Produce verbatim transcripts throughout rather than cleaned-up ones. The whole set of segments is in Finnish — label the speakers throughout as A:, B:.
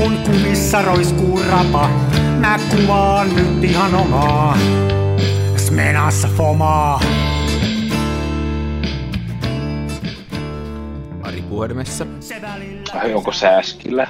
A: Mun kumissa roiskuu rapa, mä kuvaan nyt ihan omaa Smenassa fomaa.
B: Ari puhelimessa.
C: Ai onko Sääskillä?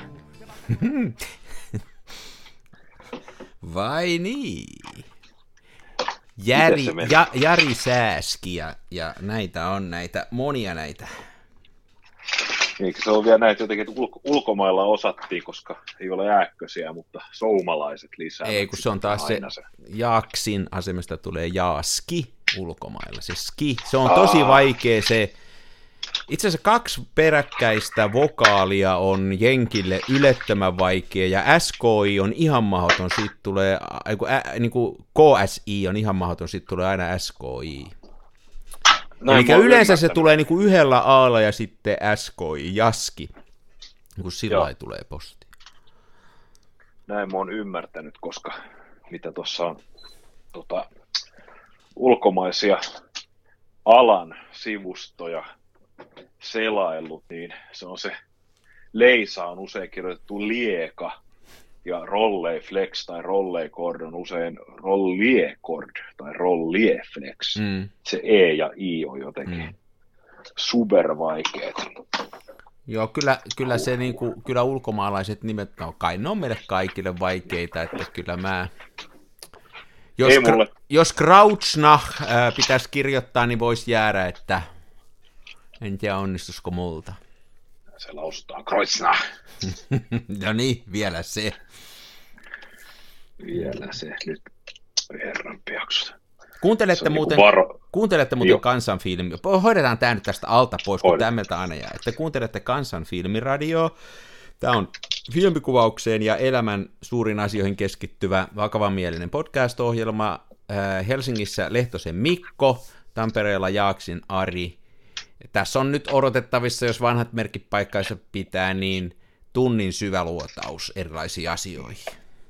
B: Vai niin? Jari, ja, Jari Sääski ja, ja näitä on näitä, monia näitä.
C: Eikö se ole vielä näitä jotenkin, että ulko- ulkomailla osattiin, koska ei ole ääkkösiä, mutta soumalaiset lisää.
B: Ei, kun se on taas se, se Jaaksin asemesta tulee Jaaski ulkomailla. Se ski, se on tosi Aa. vaikea se. Itse asiassa kaksi peräkkäistä vokaalia on jenkille ylettömän vaikea, ja S K I on ihan mahdoton, siitä tulee, ä, niin kuin K S I on ihan mahdoton, siitä tulee aina S K I. Eli yleensä se tulee niin kuin yhdellä aalla ja sitten S K I, Jaski, niin kuin sillä lailla tulee posti.
C: Näin mä oon ymmärtänyt, koska mitä tuossa on tota, ulkomaisia alan sivustoja selaillut, niin se on se Leisa on usein kirjoitettu lieka ja rolleiflex tai rolleikord on usein rolliekord tai rollieflex. Mm. Se E ja I on jotenkin mm. supervaikeet.
B: Joo, kyllä, kyllä, se, niin kuin, kyllä ulkomaalaiset nimet, no kai ne on meille kaikille vaikeita, että kyllä mä... Jos, mulle... jos Krautsnach äh, pitäisi kirjoittaa, niin voisi jäädä, että en tiedä onnistuisiko multa.
C: Se laustaa Kreuznach.
B: No niin, vielä se.
C: Vielä se nyt herran piaksusta.
B: Kuuntelette muuten, varo... kuuntelette muuten Kansanfilmi. Hoidetaan tämä nyt tästä alta pois, kun tämmöiltä aina jää. Että kuuntelette Kansanfilmiradioa. Tämä on filmikuvaukseen ja elämän suurin asioihin keskittyvä vakavamielinen podcast-ohjelma. Helsingissä Lehtosen Mikko, Tampereella Jaaksin Ari. Tässä on nyt odotettavissa, jos vanhat merkit paikkaansa pitää, niin tunnin syväluotaus erilaisiin asioihin.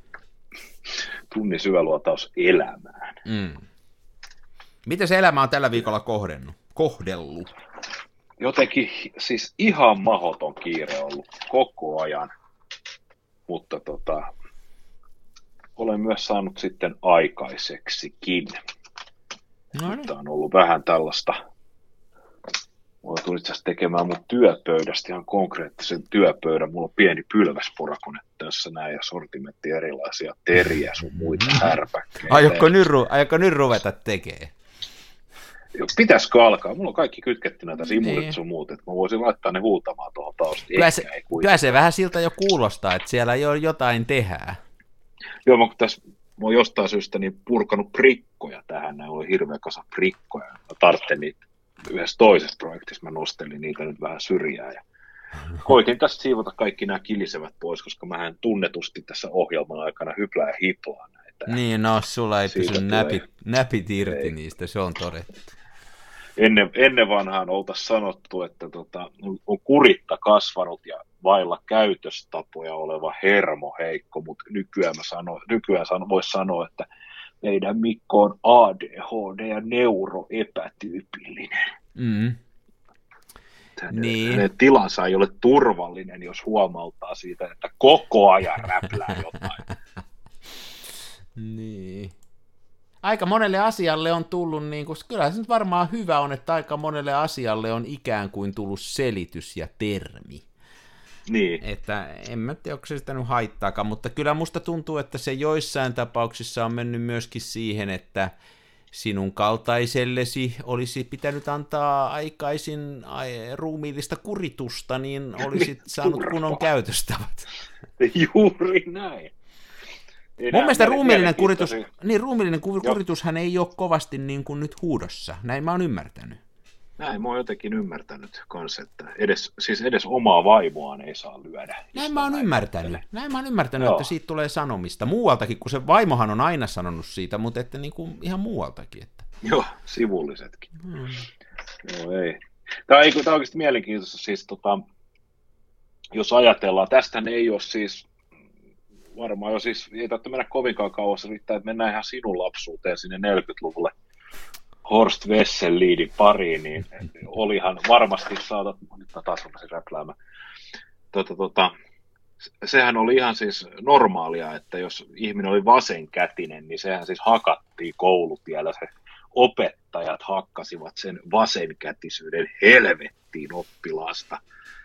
C: Tunnin syväluotaus elämään.
B: Mm. Miten se elämä on tällä viikolla kohdennut? kohdellut?
C: Jotenkin siis ihan mahdoton kiire ollut koko ajan, mutta tota, olen myös saanut sitten aikaiseksikin. No niin. Tämä on ollut vähän tällaista. Mulla tuli itse asiassa tekemään mun työpöydästä ihan konkreettisen työpöydän. Mulla on pieni pylväsporakone tässä näin ja sortimentti erilaisia teriä sun muita härpäkkeitä.
B: Aiotko nyt, aiotko nyt ruveta tekemään?
C: Pitäisikö alkaa? Mulla on kaikki kytkettynä tässä imurit niin. Sun muut, että mä voisin laittaa ne huutamaan tuohon taustiin.
B: Kyllä se, kyllä se vähän siltä jo kuulostaa, että siellä jo jotain tehdään.
C: Joo, mä, tässä, mä oon jostain syystä niin purkanut prikkoja tähän. Näin oli hirveä kasa prikkoja. Mä tarvitsen niitä yhdessä toisessa projektissa. Mä nostelin niitä nyt vähän syrjään. Ja koitin tästä siivota kaikki nämä kilisevät pois, koska mähän tunnetusti tässä ohjelman aikana hyplää ja hiplaa näitä.
B: Niin, no sulla ei pysy näpit, näpit irti ei. Niistä, se on todettu.
C: Ennen, ennen vanhaan oltaisiin sanottu, että tota, on kuritta kasvanut ja vailla käytöstapoja oleva hermoheikko, mutta nykyään, mä sano, nykyään sano, voisi sanoa, että meidän Mikko on A D H D ja neuroepätyypillinen. Mm. Niin. Hänen tilansa ei ole turvallinen, jos huomauttaa siitä, että koko ajan räplää jotain.
B: Niin. Aika monelle asialle on tullut, niin kuin, kyllä se nyt varmaan hyvä on, että aika monelle asialle on ikään kuin tullut selitys ja termi.
C: Niin.
B: Että en mä tiedä, onko se sitä nyt haittaakaan, mutta kyllä musta tuntuu, että se joissain tapauksissa on mennyt myöskin siihen, että sinun kaltaisellesi olisi pitänyt antaa aikaisin ruumiillista kuritusta, niin olisit saanut kunnon käytöstavat.
C: Juuri näin.
B: Enää mun mielestä ruumiillinen kuritus, niin ruumiillinen kuritushan ei ole kovasti niin kuin nyt huudossa. Näin mä oon ymmärtänyt.
C: Näin mä oon jotenkin ymmärtänyt kanssa, että edes, siis edes omaa vaimoaan ei saa lyödä.
B: Näin mä oon ymmärtänyt. Näin mä oon ymmärtänyt, Joo. Että siitä tulee sanomista muualtakin, kun se vaimohan on aina sanonut siitä, mutta että niin kuin ihan muualtakin. Että.
C: Joo, sivullisetkin. Hmm. Joo, ei. Tämä on, tämä on oikeasti mielenkiintoista, siis tota, jos ajatellaan, tästähän ei ole siis varmaan jo siis, ei tarvitse mennä kovinkaan kauas, riittää, että mennään ihan sinun lapsuuteen sinne neljäkymmentäluvulle Horst Wessel-liidin pariin, niin olihan varmasti saatat, nyt mä taas rupesin räpläämään, tota, tota, sehän oli ihan siis normaalia, että jos ihminen oli vasenkätinen, niin sehän siis hakattiin koulutiellä, se opettajat hakkasivat sen vasenkätisyyden helvettiin oppilaasta.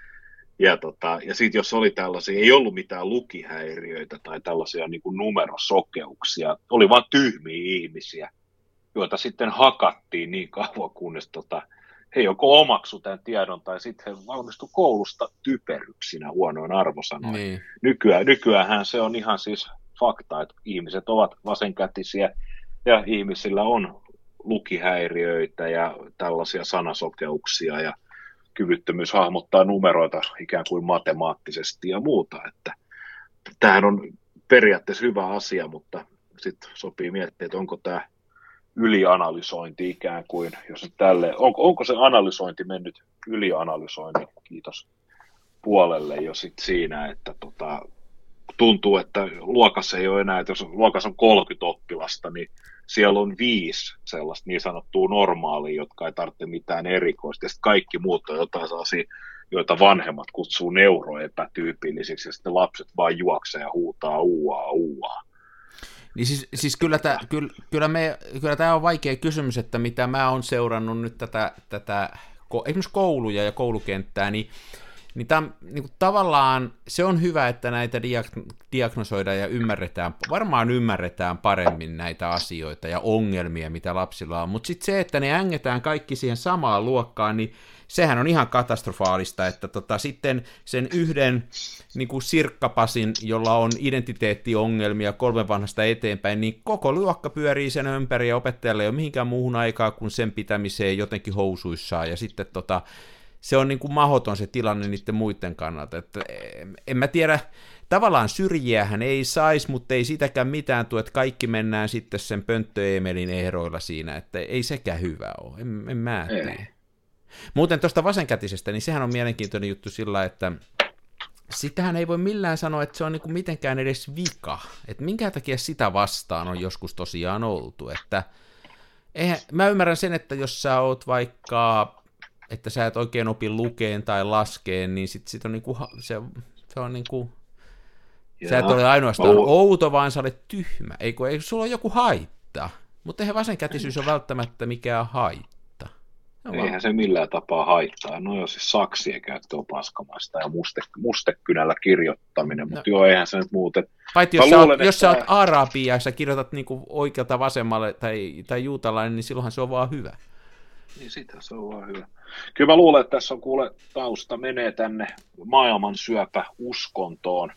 C: Ja, tota, ja sitten jos oli tällaisia, ei ollut mitään lukihäiriöitä tai tällaisia niin kuin numerosokeuksia, oli vaan tyhmiä ihmisiä, joita sitten hakattiin niin kauan, kunnes tota, he joko omaksu tämän tiedon tai sitten he valmistu koulusta typeryksinä huonoin arvosanoin. Niin. Nykyään, nykyäänhän se on ihan siis fakta, että ihmiset ovat vasenkätisiä ja ihmisillä on lukihäiriöitä ja tällaisia sanasokeuksia ja kyvyttömyys hahmottaa numeroita ikään kuin matemaattisesti ja muuta. Että tämähän on periaatteessa hyvä asia, mutta sitten sopii miettiä, että onko tämä ylianalysointi ikään kuin, jos nyt tälle, onko, onko se analysointi mennyt ylianalysoinnin, kiitos, puolelle jo sit siinä, että tota, tuntuu, että luokassa ei ole enää, että jos luokassa on kolmekymmentä oppilasta, niin siellä on viisi sellaista niin sanottua normaalia, jotka ei tarvitse mitään erikoista, ja sitten kaikki muut on jotain sellaisia, joita vanhemmat kutsuu neuroepätyypillisiksi, ja sitten lapset vaan juoksee ja huutaa uaa, uaa.
B: Niin siis, siis kyllä, tämä, kyllä, kyllä, me, kyllä tämä on vaikea kysymys, että mitä mä oon seurannut nyt tätä, tätä esimerkiksi kouluja ja koulukenttää, niin, niin, tämä, niin kuin tavallaan se on hyvä, että näitä diag- diagnosoidaan ja ymmärretään, varmaan ymmärretään paremmin näitä asioita ja ongelmia, mitä lapsilla on, mutta sitten se, että ne ängetään kaikki siihen samaan luokkaan, niin sehän on ihan katastrofaalista, että tota, sitten sen yhden niin kuin sirkkapasin, jolla on identiteettiongelmia kolmen vanhasta eteenpäin, niin koko luokka pyörii sen ympäri ja opettajalle ei ole mihinkään muuhun aikaa kuin sen pitämiseen jotenkin housuissaan, ja sitten tota, se on niin kuin mahdoton se tilanne niiden muiden kannalta. Että en mä tiedä, tavallaan syrjiähän ei saisi, mutta ei sitäkään mitään tule, että kaikki mennään sitten sen pönttö-Emelin ehdoilla siinä, että ei sekään hyvä ole, en, en mä tiedä. Muuten tuosta vasenkätisestä, niin sehän on mielenkiintoinen juttu sillä, että sitähän ei voi millään sanoa, että se on niinku mitenkään edes vika. Että minkä takia sitä vastaan on joskus tosiaan oltu. Että eihän, mä ymmärrän sen, että jos sä oot vaikka, että sä et oikein opi lukeen tai laskeen, niin sit, sit on niinku, se, se on niinku, sä et ole ainoastaan mä... outo, vaan sä olet tyhmä. Eikö, eikö sulla ole joku haitta? Mutta eihän vasenkätisyys ole välttämättä mikään haitta. No,
C: eihän se millään tapaa haittaa. No joo, siis saksien käyttö on paskamaista ja muste, mustekynällä kirjoittaminen, mutta no. Joo, eihän se nyt muuten.
B: Paitsi jos, luulen, sä oot, jos sä oot arabia ja sä kirjoitat niinku oikealta vasemmalle tai, tai juutalainen, niin silloinhan se on vaan hyvä.
C: Niin sitä se on vaan hyvä. Kyllä mä luulen, että tässä on kuule tausta menee tänne maailman syöpä uskontoon,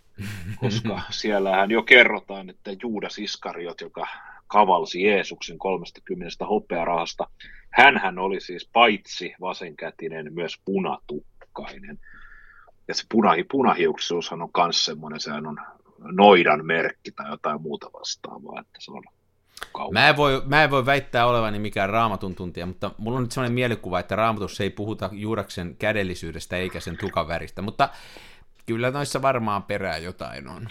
C: koska siellähän jo kerrotaan, että Juudas Iskariot, joka kavalsi Jeesuksen kolmekymmentä hopearahasta, hänhän oli siis paitsi vasenkätinen, myös punatukkainen. Ja se punahi, punahiuksisuushan on myös semmoinen, sehän on noidan merkki tai jotain muuta vastaavaa, että se on kauan.
B: Mä en voi, mä en voi väittää olevani mikään raamatun tuntija, mutta mulla on nyt semmoinen mielikuva, että raamatussa ei puhuta Juudaksen kädellisyydestä eikä sen tukan väristä, mutta kyllä noissa varmaan perää jotain on.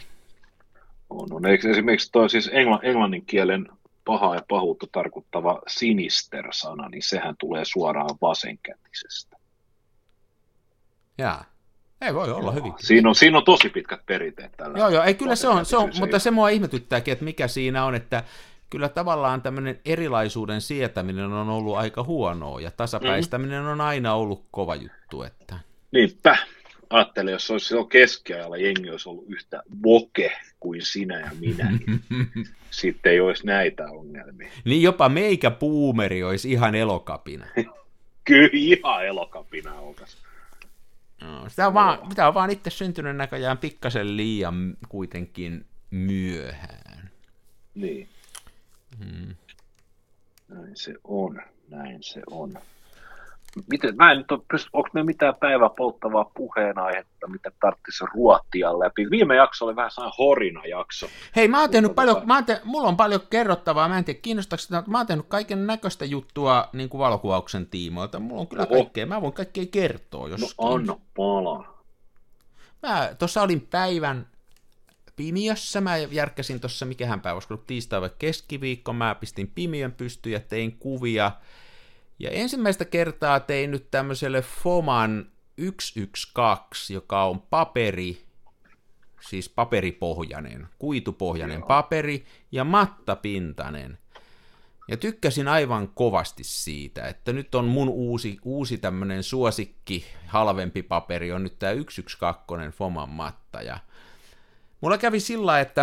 C: On, on. Esimerkiksi tuo siis engl- englannin kielen pahaa ja pahuutta tarkoittava sinister-sana, niin sehän tulee suoraan vasenkätisestä.
B: Jaa, ei voi olla hyvin.
C: Siinä on, siinä on tosi pitkät perinteet tällä.
B: Joo, joo, ei kyllä se on, se on mutta se mua ihmetyttääkin, että mikä siinä on, että kyllä tavallaan tämmöinen erilaisuuden sietäminen on ollut aika huonoa, ja tasapäistäminen mm-hmm. on aina ollut kova juttu. Että...
C: Niinpä. Ajattelin, jos olisi silloin keskiajalla jengi olisi ollut yhtä voke kuin sinä ja minä, niin sitten ei olisi näitä ongelmia.
B: Niin jopa meikä puumeri olisi ihan elokapina.
C: Kyllä ihan elokapina oltaisi.
B: No, sitä on vaan, sitä on vaan itse syntynyt näköjään pikkasen liian kuitenkin myöhään.
C: Niin. Hmm. Näin se on, näin se on. Miten, mä en nyt ole pysty, onko me mitään päivää polttavaa puheenaihetta, mitä tarvitsisi ruotia läpi? Viime jakso oli vähän sellainen horina jakso.
B: Hei, mä oon tehnyt paljon, mä oon te, mulla on paljon kerrottavaa, mä en tiedä kiinnostaako sitä, mutta mä oon tehnyt kaiken näköistä juttua niin kuin valokuvauksen tiimoilta. Mulla on kyllä Oho. kaikkea, mä voin kaikkea kertoa. Jos
C: no anna palaa.
B: Mä tuossa olin päivän pimiössä, mä järkkäsin tuossa, mikähän päivä, olisiko ollut tiistai vai keskiviikko, mä pistin pimiön pystyyn ja tein kuvia. Ja ensimmäistä kertaa tein nyt tämmöiselle Foman yksi yksi kaksi, joka on paperi siis paperipohjainen, kuitupohjainen paperi ja mattapintainen. Ja tykkäsin aivan kovasti siitä, että nyt on mun uusi, uusi tämmöinen suosikki, halvempi paperi, on nyt tämä yksi yksi kaksi Foman matta. Ja mulla kävi sillä, että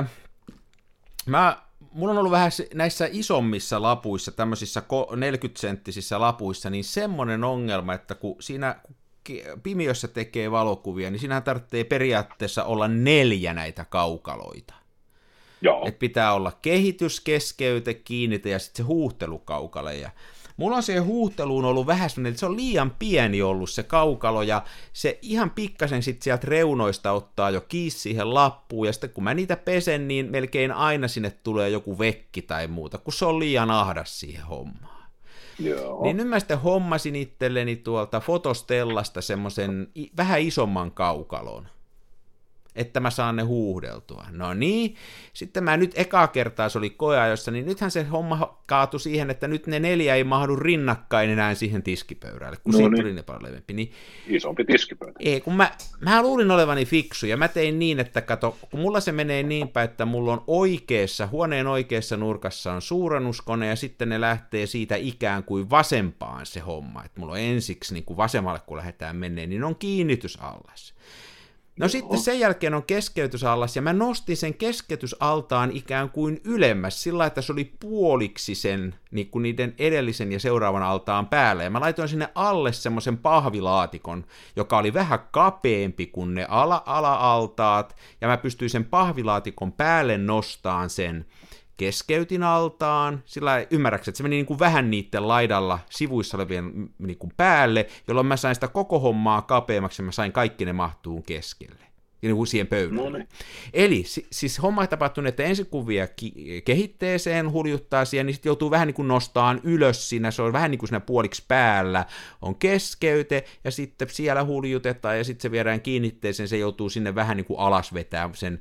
B: mä, mulla on ollut vähän näissä isommissa lapuissa, tämmöisissä neljäkymmentä-senttisissä lapuissa, niin semmoinen ongelma, että kun siinä pimiössä tekee valokuvia, niin siinähän tarvitsee periaatteessa olla neljä näitä kaukaloita.
C: Joo.
B: Että pitää olla kehitys, keskeyte, kiinnite ja sitten se huuhtelukaukale. Ja mulla on se huuhteluun ollut vähän sellainen, että se on liian pieni ollut se kaukalo, ja se ihan pikkasen sitten sieltä reunoista ottaa jo kiinni siihen lappuun, ja sitten kun mä niitä pesen, niin melkein aina sinne tulee joku vekki tai muuta, kun se on liian ahdas siihen hommaan.
C: Joo.
B: Niin nyt mä sitten hommasin itselleni tuolta Fotostellasta semmoisen vähän isomman kaukalon, että mä saan ne huuhdeltua. No niin, sitten mä nyt ekaa kertaa, se oli koeajossa, niin nythän se homma kaatui siihen, että nyt ne neljä ei mahdu rinnakkain enää siihen tiskipöydälle, kun no siitä niin. tuli ne paljon levempi. Niin,
C: isompi tiskipöydä.
B: Ei, kun mä, mä luulin olevani fiksu, ja mä tein niin, että kato, kun mulla se menee niin päin, että mulla on oikeassa, huoneen oikeassa nurkassa on suurennuskone, ja sitten ne lähtee siitä ikään kuin vasempaan se homma, että mulla on ensiksi niin kuin vasemmalle, kun lähdetään menee, niin on kiinnitysallas. No Joo. Sitten sen jälkeen on keskeytysallas, ja mä nostin sen keskeytysaltaan ikään kuin ylemmäs, sillä että se oli puoliksi sen niin kuin niiden edellisen ja seuraavan altaan päälle, ja mä laitoin sinne alle semmoisen pahvilaatikon, joka oli vähän kapeampi kuin ne ala- ala-altaat, ja mä pystyin sen pahvilaatikon päälle nostamaan sen keskeytin altaan, sillä ymmärräksä, että se meni niin kuin vähän niiden laidalla sivuissa olevien niin kuin päälle, jolloin mä sain sitä koko hommaa kapeammaksi, ja mä sain kaikki ne mahtuun keskelle, ja niin kuin siihen pöydälle. No, eli siis homma tapahtuu, että ensin kun vie ki- kehitteeseen, huljuttaa siihen, niin sitten joutuu vähän niin kuin nostamaan ylös siinä, se on vähän niin kuin siinä puoliksi päällä, on keskeyte, ja sitten siellä huljutetaan, ja sitten se viedään kiinnitteeseen, se joutuu sinne vähän niin kuin alas vetää sen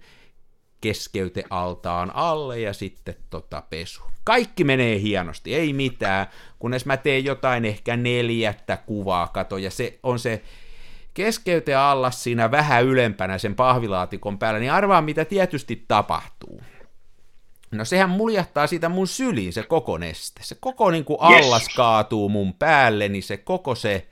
B: keskeytealtaan alle ja sitten tota pesu. Kaikki menee hienosti, ei mitään, kunnes mä teen jotain ehkä neljättä kuvaa, kato, ja se on se keskeyte allas siinä vähän ylempänä sen pahvilaatikon päällä, niin arvaa mitä tietysti tapahtuu. No sehän muljahtaa siitä mun syliin se koko neste, se koko niin kuin allas yes. kaatuu mun päälle, niin se koko se,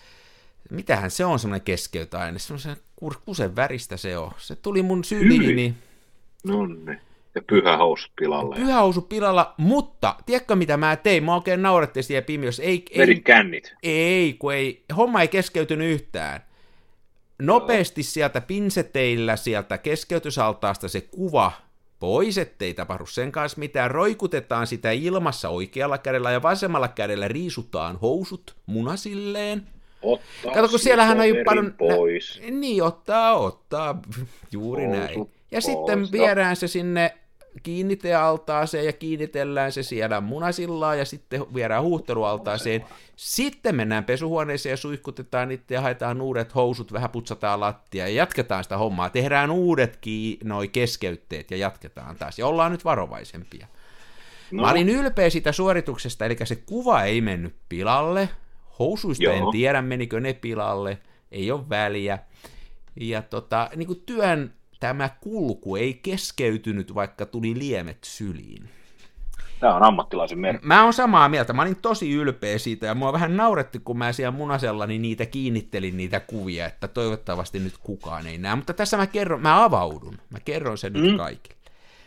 B: mitähän se on semmoinen keskeytäaine, semmoisen kusen väristä se on, se tuli mun syliini.
C: Nonne. Ja pyhähousut pilalla.
B: Pyhähousut pilalla, mutta tiedätkö mitä mä tein? Mä oikein naurettiin siellä pimiössä. Ei,
C: Vedin kännit.
B: Ei, kun ei, homma ei keskeytynyt yhtään. Nopeasti sieltä pinseteillä, sieltä keskeytysaltaasta se kuva pois, ettei tapahdu sen kanssa mitään. Roikutetaan sitä ilmassa oikealla kädellä ja vasemmalla kädellä riisutaan housut munasilleen.
C: Ottaa
B: kato, kun siellähän on paljon
C: pois.
B: Nä... Niin, ottaa, ottaa, juuri housut näin. Ja pois. Sitten viedään se sinne kiinnitealtaaseen ja kiinnitellään se siellä munasillaan ja sitten viedään huuhtelualtaaseen. Sitten mennään pesuhuoneeseen ja suihkutetaan niitä ja haetaan uudet housut, vähän putsataan lattia ja jatketaan sitä hommaa. Tehdään uudetkin noi keskeytteet ja jatketaan taas. Ja ollaan nyt varovaisempia. No. Mä olin ylpeä siitä suorituksesta, eli se kuva ei mennyt pilalle. Housuista Joo. en tiedä, menikö ne pilalle. Ei ole väliä. Ja tota, niin kuin työn tämä kulku ei keskeytynyt, vaikka tuli liemet syliin.
C: Tämä on ammattilaisen merkki.
B: Mä oon samaa mieltä. Mä olin tosi ylpeä siitä, ja mua vähän nauretti, kun mä siellä munasellani niitä kiinnittelin niitä kuvia, että toivottavasti nyt kukaan ei näe. Mutta tässä mä kerron, mä avaudun. Mä kerron sen mm. nyt kaikille.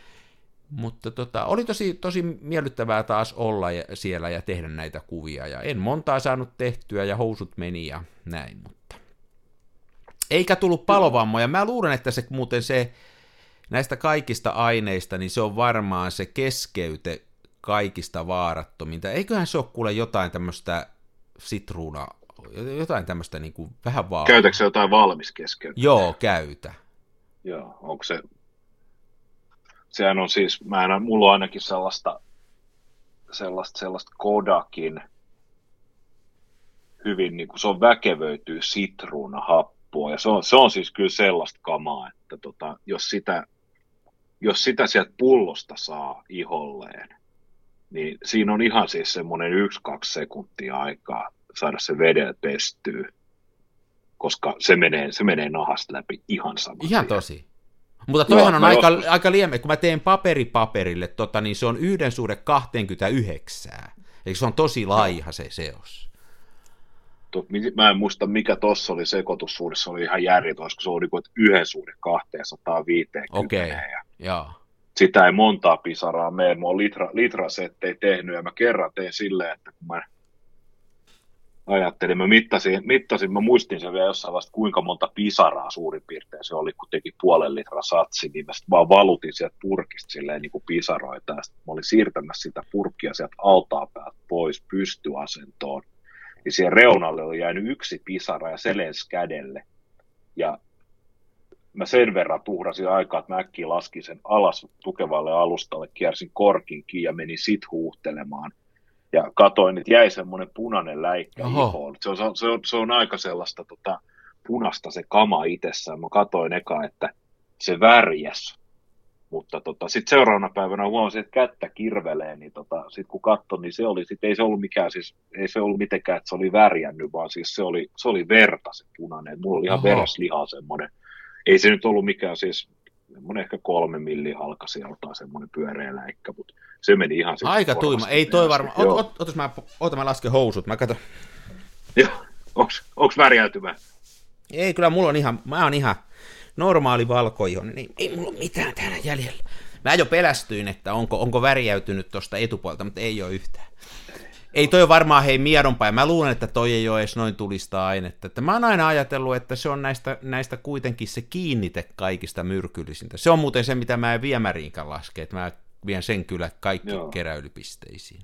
B: Mutta tota, oli tosi, tosi miellyttävää taas olla siellä ja tehdä näitä kuvia, ja en montaa saanut tehtyä, ja housut meni ja näin, mutta eikä tullut palovammoja. Mä luulen, että se muuten se, näistä kaikista aineista, niin se on varmaan se keskeyte kaikista vaarattominta. Eiköhän se ole kuule jotain tämmöistä sitruuna, jotain tämmöistä niin kuin vähän vaan.
C: Käytätkö se jotain valmis keskeyttä?
B: Joo, käytä.
C: Joo, onko se, sehän on siis, mä en, mulla on ainakin sellaista, sellaista, sellaista Kodakin, hyvin niin kuin se on väkevöityy sitruunahappoa. Ja se on, se on siis kyllä sellaista kamaa, että tota, jos, sitä, jos sitä sieltä pullosta saa iholleen, niin siinä on ihan siis semmoinen yksi kaksi sekuntia aikaa saada se vedellä pestyä, koska se menee, se menee nahasta läpi ihan saman
B: Ihan
C: tien.
B: tosi. Mutta toihan on aika, aika liemme, kun mä teen paperipaperille, tota, niin se on yhden suhde kaksikymmentäyhdeksän. Eli se on tosi laiha se seos.
C: Mä en muista, mikä tuossa oli sekoitussuhde, se oli ihan järjetön, koska se oli niin yhden suhde kaksisataaviisikymmentä.
B: Okei, okay. Joo.
C: Sitä ei montaa pisaraa mene, mä oon litra, litrasettejä tehnyt, ja mä kerran tein silleen, että kun mä ajattelin, mä mittasin, mittasin, mä muistin sen vielä jossain vasta, kuinka monta pisaraa suurin piirtein se oli, kun teki puolen litran satsi, niin mä sitten vaan valutin sieltä purkista silleen niin kuin pisaroita, ja sitten mä olin siirtämässä sitä purkkia sieltä altaan päältä pois pystyasentoon, niin siihen reunalle oli jäänyt yksi pisara, ja se lensi kädelle, ja mä sen verran tuhrasin aikaa, että mä äkkiä laskin sen alas tukevalle alustalle, kiersin korkinkin ja menin sit huuhtelemaan. Ja katoin, että jäi semmoinen punainen läikkä ihoon. Se on, se, on, se on aika sellaista tota, punasta se kama itsessään. Mä katoin eka, että se värjäs. Mutta tota, sitten seuraavana päivänä huomasin, että kättä kirvelee. Niin tota, sitten kun katsoin, niin se oli, sit ei se ollut mikään, siis, ei se ollut mitenkään, että se oli värjännyt, vaan siis se oli, se oli verta se punainen. Mulla oli ihan Oho. veresliha semmoinen. Ei se nyt ollut mikään siis, semmoinen ehkä kolme milliä halkasi jotain semmoinen pyöreä läikkä, mutta se meni ihan siis
B: aika tuima, ei toi varmaan, ot, ot, otas mä, ota mä lasken housut, mä katson.
C: Joo, onks, onks värjäytymä?
B: Ei, kyllä mulla on ihan, mä oon ihan normaali valkoihonen, niin ei mulla ole mitään täällä jäljellä. Mä jo pelästyin, että onko, onko värjäytynyt tosta etupuolta, mutta ei ole yhtään. Ei toi varmaan hei miedonpäin. Mä luulen, että toi ei ole edes noin tulista ainetta. Että mä oon aina ajatellut, että se on näistä, näistä kuitenkin se kiinnite kaikista myrkyllisintä. Se on muuten se, mitä mä en viemäriinkään laske, että mä vien sen kyllä kaikki Joo. keräilypisteisiin.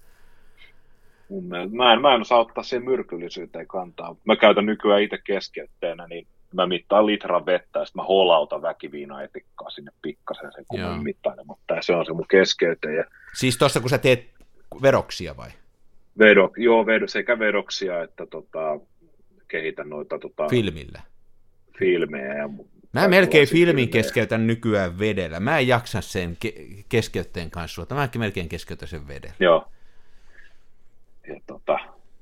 C: Mun mielestä, mä, en, mä en osaa ottaa siihen myrkyllisyyteen kantaa. Mä käytän nykyään itse keskeytteenä, niin mä mittaan litran vettä ja sitten mä holautan väkiviinaetikkaa sinne pikkasen sen, kun Joo. mä mittailematta. Ja se on se mun keskeyte. Ja...
B: Siis tuossa, kun sä teet vedoksia vai?
C: Vedok, joo, vedo, sekä vedoksia että tota, kehitän noita tota,
B: filmillä.
C: filmejä. Ja
B: mä melkein filmin filmejä. Keskeytän nykyään vedellä. Mä en jaksa sen ke- keskeytteen kanssa, mutta mä melkein keskeytän sen vedellä.
C: Joo. Ja, tota,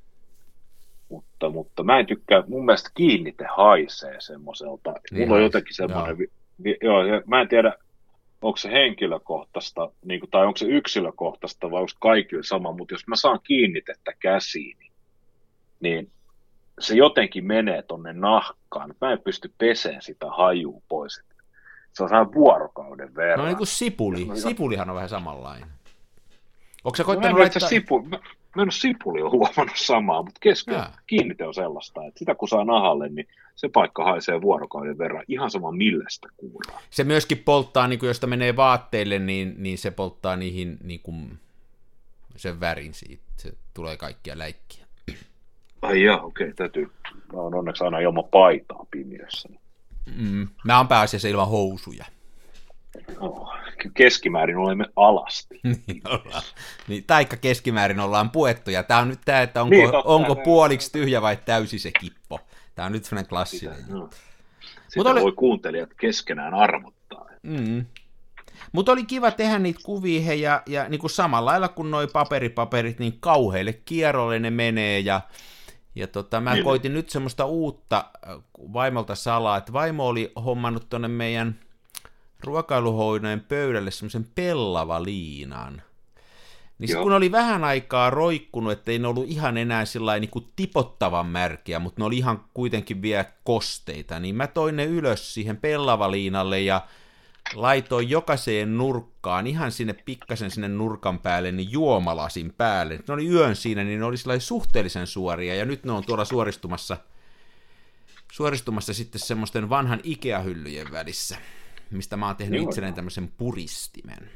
C: mutta, mutta mä en tykkää, mun mielestä kiinnite haisee semmoiselta. Mulla on jotenkin semmoinen, joo. Vi, joo, mä en tiedä, onko se henkilökohtaista, niin kuin, tai onko se yksilökohtaista, vai onko kaikille sama, mutta jos mä saan kiinnitettä käsiin, niin se jotenkin menee tonne nahkaan. Mä en pysty peseen sitä hajua pois. Se on sehän vuorokauden verran.
B: No niin kuin sipuli. No, Sipulihan on vähän samanlainen. Onko sä
C: no,
B: koittanut
C: mä,
B: laittaa...
C: sipu... mä, mä en ole sipuli on huomannut samaa, mutta kesken kiinnite on sellaista, että sitä kun saa nahalle, niin se paikka haisee vuorokauden verran ihan sama millä sitä kuullaan.
B: Se myöskin polttaa, niin kuin jos menee vaatteille, niin, niin se polttaa niihin niin kuin sen värin siitä. Se tulee kaikkia läikkiä.
C: Ai jaa, okei, täytyy. Mä oon onneksi aina ilman paitaa pimiössä.
B: Mm, mä oon pääasiassa ilman housuja.
C: Oh, keskimäärin olemme alasti.
B: niin, taikka keskimäärin ollaan puettuja. Tää on nyt tää, että onko, niin, totta, onko puoliksi tyhjä vai täysi se kippo. Tää on nyt sellainen klassinen. Sitä, no.
C: Sitä oli... voi kuuntelijat keskenään arvottaa.
B: Mm. Mutta oli kiva tehdä niitä kuvia, he, ja, ja niin kuin samalla lailla kuin noi paperipaperit, niin kauheille kierrolle ne menee, ja, ja tota, mä niin. koitin nyt semmoista uutta vaimolta salaa, että vaimo oli hommannut tonne meidän ruokailuhoidon pöydälle semmoisen pellavaliinan. Niin sit kun oli vähän aikaa roikkunut, ettei ne ollut ihan enää sillain niin kuin tipottavan märkiä, mutta ne oli ihan kuitenkin vielä kosteita, niin mä toin ne ylös siihen pellavaliinalle ja laitoin jokaiseen nurkkaan, ihan sinne pikkasen sinne nurkan päälle, niin juomalasin päälle. Ne oli yön siinä, niin ne oli sellainen suhteellisen suoria, ja nyt ne on tuolla suoristumassa, suoristumassa sitten semmoisten vanhan Ikea-hyllyjen välissä, mistä mä oon tehnyt Joo. itselleen tämmöisen puristimen.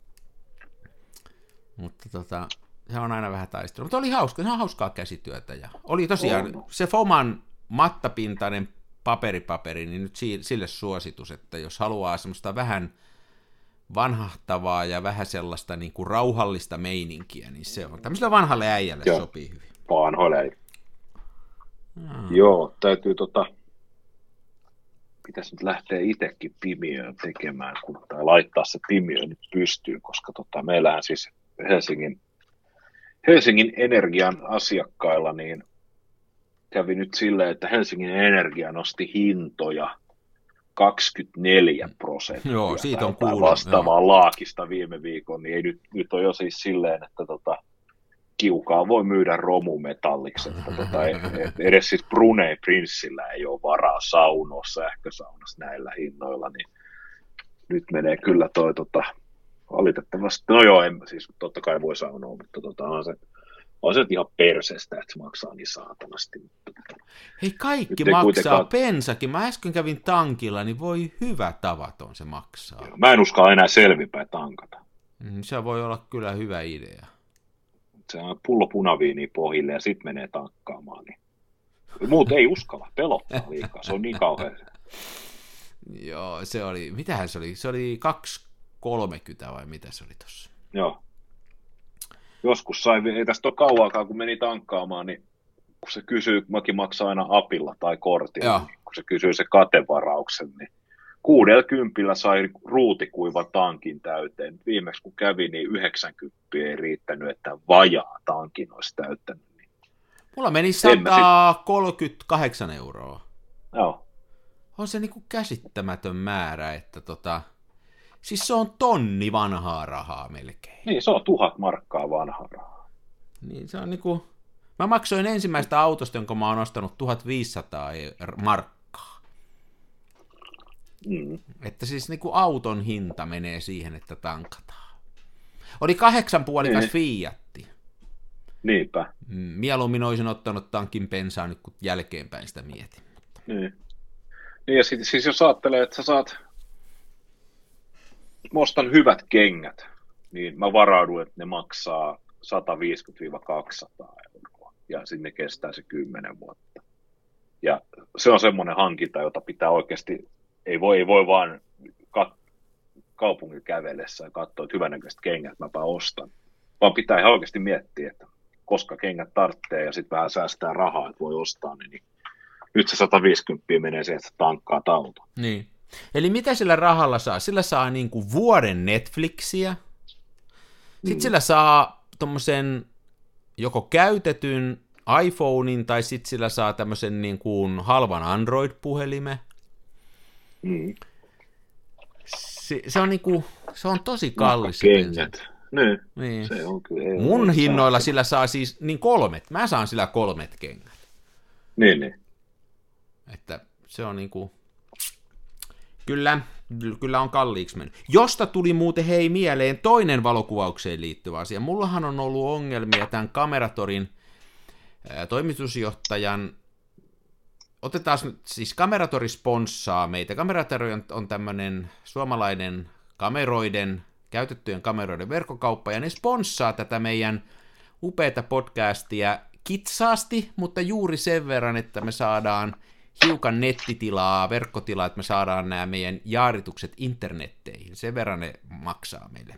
B: Mutta tota, se on aina vähän taistelua. Mutta oli hauska, se on hauskaa käsityötä. Ja oli tosiaan oh. se Foman mattapintainen paperipaperi, niin nyt sille suositus, että jos haluaa semmoista vähän vanhahtavaa ja vähän sellaista niin kuin rauhallista meininkiä, niin se on tämmöiselle vanhalle äijälle Joo. sopii hyvin.
C: Vanhoille äijälle. Hmm. Joo, täytyy tota, pitäisi nyt lähteä itsekin pimiöön tekemään, kun, tai laittaa se pimiö nyt pystyyn, koska tota, meillähän siis Helsingin, Helsingin Energian asiakkailla niin kävi nyt silleen, että Helsingin Energia nosti hintoja kaksikymmentäneljä prosenttia.
B: Joo, siitä on
C: kuullut. Vastaavaa laakista viime viikon, niin ei nyt, nyt on jo siis silleen, että tota, kiukaa voi myydä romumetalliksi. Että tota, edes siis Brunei Prinssillä ei ole varaa saunoa sähkösaunassa näillä hinnoilla, niin nyt menee kyllä toi tota, valitettavasti. No joo, en, siis totta kai voi saunoa, mutta tota, on se on se ihan perseestä, että se maksaa niin saatanasti.
B: Hei, kaikki maksaa, kuitenkaan... bensakin. Mä äsken kävin tankilla, niin voi hyvä tavaton se maksaa.
C: Mä en uskalla enää selvinpäin tankata.
B: Mm, se voi olla kyllä hyvä idea.
C: Se on pullo punaviiniä pohjille ja sitten menee tankkaamaan. Niin. Muut ei uskalla, pelottaa liikaa, se on niin kauhean.
B: Joo, se oli, mitähän se oli? Se oli kaksi kolmekymmentä vai mitä se oli tossa?
C: Joo. Joskus sai, ei tästä ole kauaakaan, kun meni tankkaamaan, niin kun se kysyy, mäkin maksaa aina apilla tai kortilla, niin kun se kysyy se katevarauksen, niin kuudella kympillä sai ruutikuivan tankin täyteen. Viimeksi kun kävi, niin yhdeksänkymmentä ei riittänyt, että vajaa tankin olisi täyttänyt. Niin.
B: Mulla meni sata kolmekymmentäkahdeksan euroa.
C: Joo.
B: On se niinku käsittämätön määrä, että tota... Siis se on tonni vanhaa rahaa melkein.
C: Niin, se on tuhat markkaa vanhaa rahaa.
B: Niin, se on niinku... Mä maksoin ensimmäistä autosta, jonka mä oon ostanut tuhatviisisataa markkaa.
C: Mm.
B: Että siis niinku auton hinta menee siihen, että tankataan. Oli kahdeksan puolikas niin. Fiatti.
C: Niinpä.
B: Mieluummin olisin ottanut tankin bensaa nyt, kun jälkeenpäin sitä mietin. Mutta...
C: Niin. Niin ja sit, siis jos ajattelee, että sä saat... Mä ostan hyvät kengät, niin mä varaudun, että ne maksaa sata viisikymmentä kaksisataa euroa, ja sinne kestää se kymmenen vuotta. Ja se on semmoinen hankinta, jota pitää oikeasti, ei voi, ei voi vaan kat, kaupungin kävellessä ja katsoa, että hyvänäköiset kengät mäpä ostan, vaan pitää ihan oikeasti miettiä, että koska kengät tarvitsee ja sitten vähän säästää rahaa, että voi ostaa, niin, niin nyt se sata viisikymmentä menee siihen, että se tankkaa auto.
B: Niin. Eli mitä sillä rahalla saa? Sillä saa niinku vuoden Netflixiä, sitten mm. sillä saa tommosen joko käytetyn iPhonein, tai sitten sillä saa tämmöisen niinku halvan Android-puhelimen.
C: Mm.
B: Se, se on niinku, se on tosi kallis.
C: Kengät.
B: Niin. niin.
C: Se on kyllä.
B: Mun hinnoilla saa. Sillä saa siis niin kolmet. Mä saan sillä kolmet kengät.
C: Niin, niin.
B: Että se on niinku... Kyllä, kyllä on kalliiksi mennyt. Josta tuli muuten hei mieleen toinen valokuvaukseen liittyvä asia. Mullahan on ollut ongelmia tämän Kameratorin ää, toimitusjohtajan. Otetaan nyt, siis Kameratori sponssaa meitä. Kameratori on, on tämmöinen suomalainen kameroiden, käytettyjen kameroiden verkkokauppa, ja ne sponssaa tätä meidän upeata podcastia kitsaasti, mutta juuri sen verran, että me saadaan hiukan nettitilaa, verkkotilaa, että me saadaan nämä meidän jaaritukset internetteihin. Sen verran ne maksaa meille.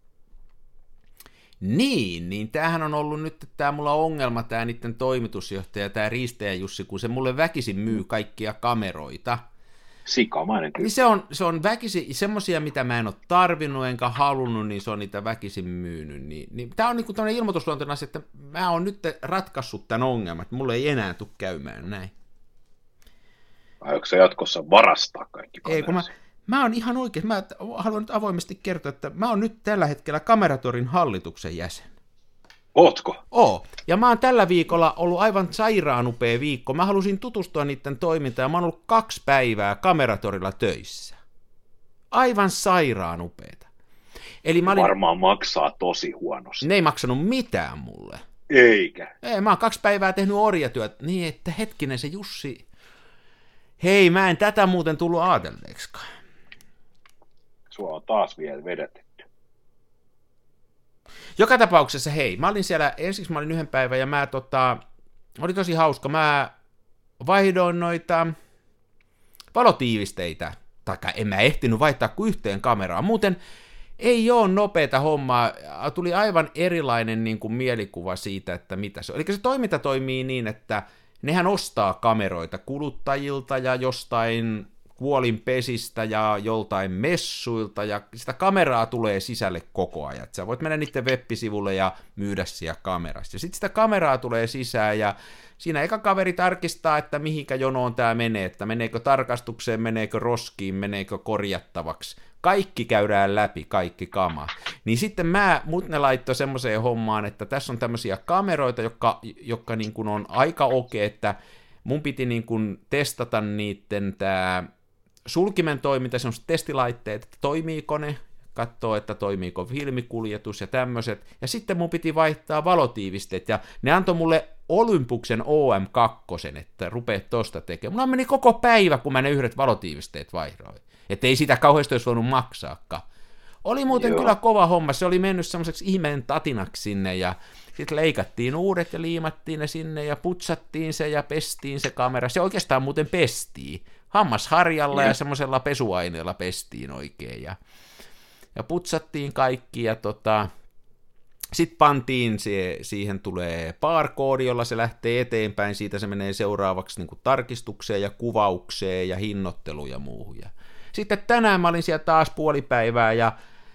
B: Niin, niin tämähän on ollut nyt, että tämä mulla on ongelma, tämä niiden toimitusjohtaja, tämä Riistäjä Jussi, kun se mulle väkisin myy kaikkia kameroita.
C: Sikamainen kyllä.
B: Niin se on, se on väkisin, semmoisia, mitä mä en ole tarvinnut enkä halunnut, niin se on niitä väkisin myynyt. Niin, niin, tämä on niin kuin tämmöinen ilmoitusluontoinen asia, että mä oon nyt ratkaissut tämän ongelman, että mulle ei enää tule käymään näin.
C: Aiotko sä jatkossa varastaa kaikki kamerat?
B: Ei, kun mä, mä oon ihan oikein, mä haluan nyt avoimesti kertoa, että mä oon nyt tällä hetkellä Kameratorin hallituksen jäsen.
C: Ootko?
B: Oo, ja mä oon tällä viikolla ollut aivan sairaan upea viikko. Mä halusin tutustua niiden toimintaan, ja mä oon ollut kaksi päivää Kameratorilla töissä. Aivan sairaan upeeta. Eli mä olin...
C: Varmaan maksaa tosi huonosti.
B: Ne ei maksanut mitään mulle.
C: Eikä.
B: Ei, mä oon kaksi päivää tehnyt orjatyöt, niin että hetkinen se Jussi... Hei, mä en tätä muuten tullut ajatelleeksikaan.
C: Sua on taas vielä vedetty.
B: Joka tapauksessa, hei, mä olin siellä, ensiksi mä olin yhden päivän ja mä tota, oli tosi hauska, mä vaihdoin noita valotiivisteitä, taikka en mä ehtinyt vaihtaa kuin yhteen kameraan, muuten ei ole nopeata hommaa, tuli aivan erilainen niin kuin mielikuva siitä, että mitä se on. Eli se toiminta toimii niin, että nehän ostaa kameroita kuluttajilta ja jostain kuolinpesistä ja joltain messuilta, ja sitä kameraa tulee sisälle koko ajan. Sä voit mennä niiden web-sivulle ja myydä siellä kamerassa. Ja sitten sitä kameraa tulee sisään, ja siinä eka kaveri tarkistaa, että mihinkä jonoon tämä menee, että meneekö tarkastukseen, meneekö roskiin, meneekö korjattavaksi. Kaikki käydään läpi, kaikki kama. Niin sitten mä, mut ne laittoi semmoiseen hommaan, että tässä on tämmöisiä kameroita, jotka, jotka niin kuin on aika okei, että mun piti niin kuin testata niiden tämä sulkimen toiminta, semmoiset testilaitteet, että toimiiko ne, katsoo, että toimiiko filmikuljetus ja tämmöiset, ja sitten mun piti vaihtaa valotiivisteet, ja ne antoi mulle Olympuksen O M kaksi, että rupeat tosta tekemään. Mulla meni koko päivä, kun mä ne yhdet valotiivisteet vaihdoin, että ei sitä kauheasti olisi voinut maksaakaan. Oli muuten Joo. kyllä kova homma, se oli mennyt semmoiseksi ihmeen tatinaksi sinne, ja sitten leikattiin uudet ja liimattiin ne sinne, ja putsattiin se, ja pestiin se kamera, se oikeastaan muuten pestiin, hammasharjalla mm. ja semmoisella pesuaineella pestiin oikein, ja Ja putsattiin kaikki, ja tota, sitten pantiin, se, siihen tulee barkoodi, jolla se lähtee eteenpäin, siitä se menee seuraavaksi niin kuin tarkistukseen ja kuvaukseen ja hinnoitteluun ja muuhun. Ja sitten tänään mä olin siellä taas puolipäivää, ja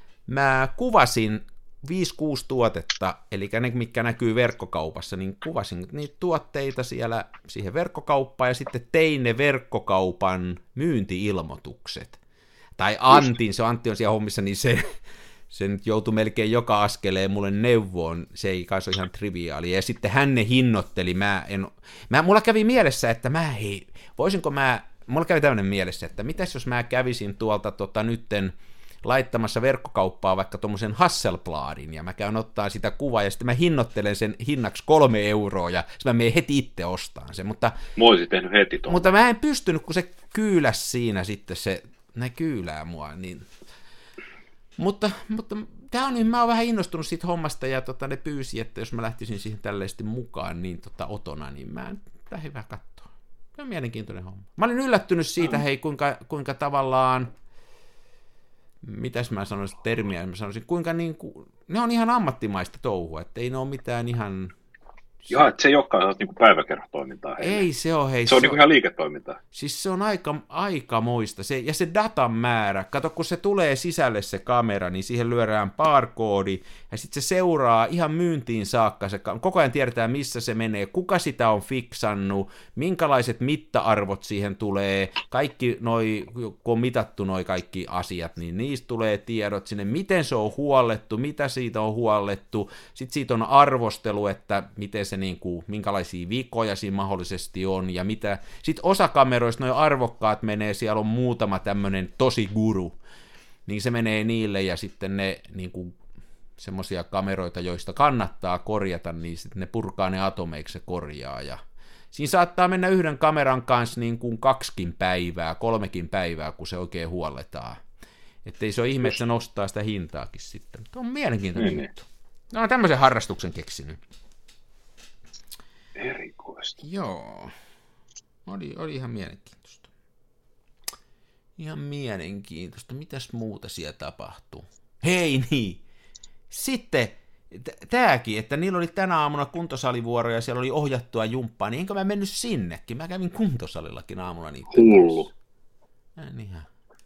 B: mä kuvasin viisi kuusi tuotetta, eli ne, mitkä näkyy verkkokaupassa, niin kuvasin niitä tuotteita siellä siihen verkkokauppaan, ja sitten tein ne verkkokaupan myynti-ilmoitukset. Tai Antin, se Antti on siellä hommissa, niin se, se nyt joutui melkein joka askeleen mulle neuvoon, se ei kai se ole ihan triviaali, ja sitten hän ne hinnoitteli, mä en, mä, mulla kävi mielessä, että mä hei, voisinko mä, mulla kävi tämmöinen mielessä, että mitäs jos mä kävisin tuolta tota nytten laittamassa verkkokauppaa vaikka tommosen Hasselbladin, ja mä käyn ottaa sitä kuvaa, ja sitten mä hinnoittelen sen hinnaksi kolme euroa, ja sitten mä menen heti itse ostaan sen, mutta...
C: Mä olisin tehnyt heti tuon.
B: Mutta mä en pystynyt, kun se kyyläs siinä sitten se... Ne kyylää mua, niin... Mutta, mutta tää on niin, mä oon vähän innostunut siitä hommasta, ja tota, ne pyysi, että jos mä lähtisin siihen tälleesti mukaan, niin tota, otona, niin mä lähdin vähän katsoa. Se on mielenkiintoinen homma. Mä olin yllättynyt siitä, hei, kuinka, kuinka tavallaan... Mitäs mä sanoisin termiä, mä sanoisin, kuinka niinku... Ne on ihan ammattimaista touhua, että ei ne ole mitään ihan...
C: Joo, että se ei olekaan niinku päiväkerhotoimintaa heille.
B: Ei se ole, hei.
C: Se on niinku ihan liiketoimintaa.
B: Siis se on aika, aikamoista. Se, ja se datan määrä, kato kun se tulee sisälle se kamera, niin siihen lyödään barkoodi, ja sitten se seuraa ihan myyntiin saakka. Se, koko ajan tiedetään, missä se menee, kuka sitä on fiksannut, minkälaiset mitta-arvot siihen tulee, kaikki noi, kun on mitattu noi kaikki asiat, niin niistä tulee tiedot sinne, miten se on huollettu, mitä siitä on huollettu, sitten siitä on arvostelu, että miten se niin kuin, minkälaisia vikoja siinä mahdollisesti on, ja mitä, sitten osa kameroista, noin arvokkaat menee, siellä on muutama tämmöinen tosi guru, niin se menee niille, ja sitten ne niin kuin, semmoisia kameroita, joista kannattaa korjata, niin sitten ne purkaa ne atomeiksi, se korjaa, ja siinä saattaa mennä yhden kameran kanssa niin kuin kaksikin päivää, kolmekin päivää, kun se oikein huolletaan, ettei se ole ihme, että se nostaa sitä hintaakin sitten, mutta on mielenkiintoinen juttu. No on tämmöisen harrastuksen keksinyt.
C: Erikoista.
B: Joo. Oli, oli ihan mielenkiintoista. Ihan mielenkiintoista. Mitäs muuta siellä tapahtuu? Hei niin! Sitten t- tääkin, että niillä oli tänä aamuna kuntosalivuoro ja siellä oli ohjattua jumppaa, niin enkö mä mennyt sinnekin? Mä kävin kuntosalillakin aamulla niitä.
C: Hullu.
B: En ihan.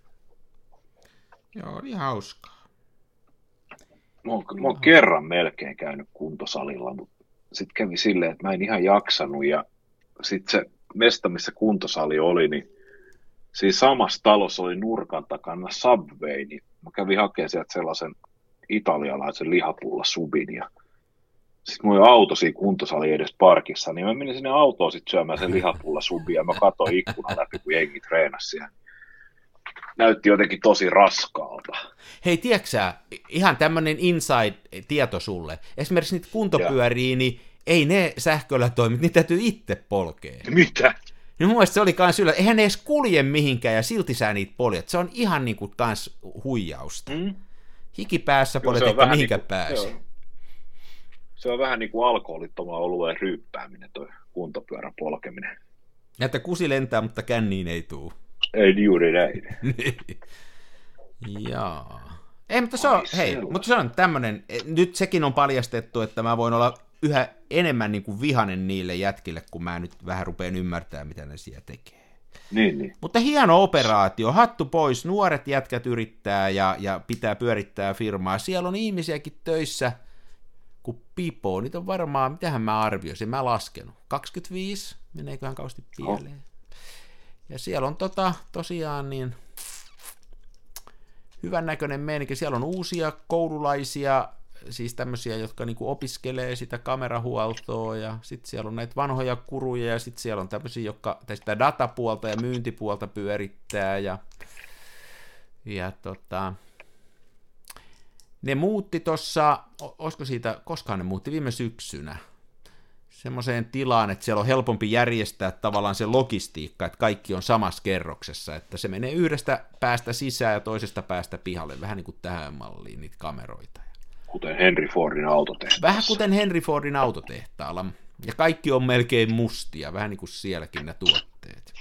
B: Joo, oli hauskaa.
C: Mä oon, mä oon kerran melkein käynyt kuntosalilla, mutta sitten kävi silleen, että mä en ihan jaksanut, ja sitten se mesta, missä kuntosali oli, niin siinä samassa talossa oli nurkan takana Subway, niin mä kävin hakemaan sieltä sellaisen italialaisen lihapulla subin, ja sitten mun auto siinä kuntosali edes parkissa, niin mä menin sinne autoon sitten syömään sen lihapulla subin, ja mä katsoin ikkunan läpi, kun jengi treenasi siellä. Näytti jotenkin tosi raskaalta.
B: Hei, tiedätkö sä, ihan tämmönen inside-tieto sulle. Esimerkiksi niitä kuntopyöriä, niin ei ne sähköllä toimi, niitä täytyy itse polkea.
C: Mitä?
B: Niin mun mielestä se oli kans yllä. Eihän ne edes kulje mihinkään ja silti sä niitä poljet. Se on ihan niinku kans huijausta. Mm. Hikipäässä poljet, eikä mihinkä niinku, pääse.
C: Se on, se on vähän niin kuin alkoholittoman olueen ryyppääminen, toi kuntopyörän polkeminen.
B: Että kusi lentää, mutta känniin ei tuu.
C: Ei juuri näin.
B: Jaa. Ei, mutta se on, hei, mutta se on tämmönen, nyt sekin on paljastettu, että mä voin olla yhä enemmän niin kuin vihanen niille jätkille, kun mä nyt vähän rupeen ymmärtämään, mitä ne siellä tekee.
C: Niin, niin.
B: Mutta hieno operaatio, hattu pois, nuoret jätkät yrittää ja, ja pitää pyörittää firmaa. Siellä on ihmisiäkin töissä, kun pipoo, niitä on varmaan, mitähän mä arvioisin, mä laskenut, kaksikymmentäviisi, meneeköhän kauheasti pieleen. Oh. Ja siellä on tota, tosiaan niin hyvän näköinen meininki, siellä on uusia koululaisia, siis tämmöisiä, jotka niinku opiskelee sitä kamerahuoltoa, ja sitten siellä on näitä vanhoja kuruja, ja sitten siellä on tämmöisiä, jotka sitä datapuolta ja myyntipuolta pyörittää, ja, ja tota, ne muutti tuossa, olisiko siitä, koskaan ne muutti viime syksynä, semmoiseen tilaan, että siellä on helpompi järjestää tavallaan se logistiikka, että kaikki on samassa kerroksessa, että se menee yhdestä päästä sisään ja toisesta päästä pihalle, vähän niin kuin tähän malliin niitä kameroita.
C: Kuten Henry Fordin autotehtaassa.
B: Vähän kuten Henry Fordin autotehtaalla. Ja kaikki on melkein mustia, vähän niin kuin sielläkin ne tuotteet.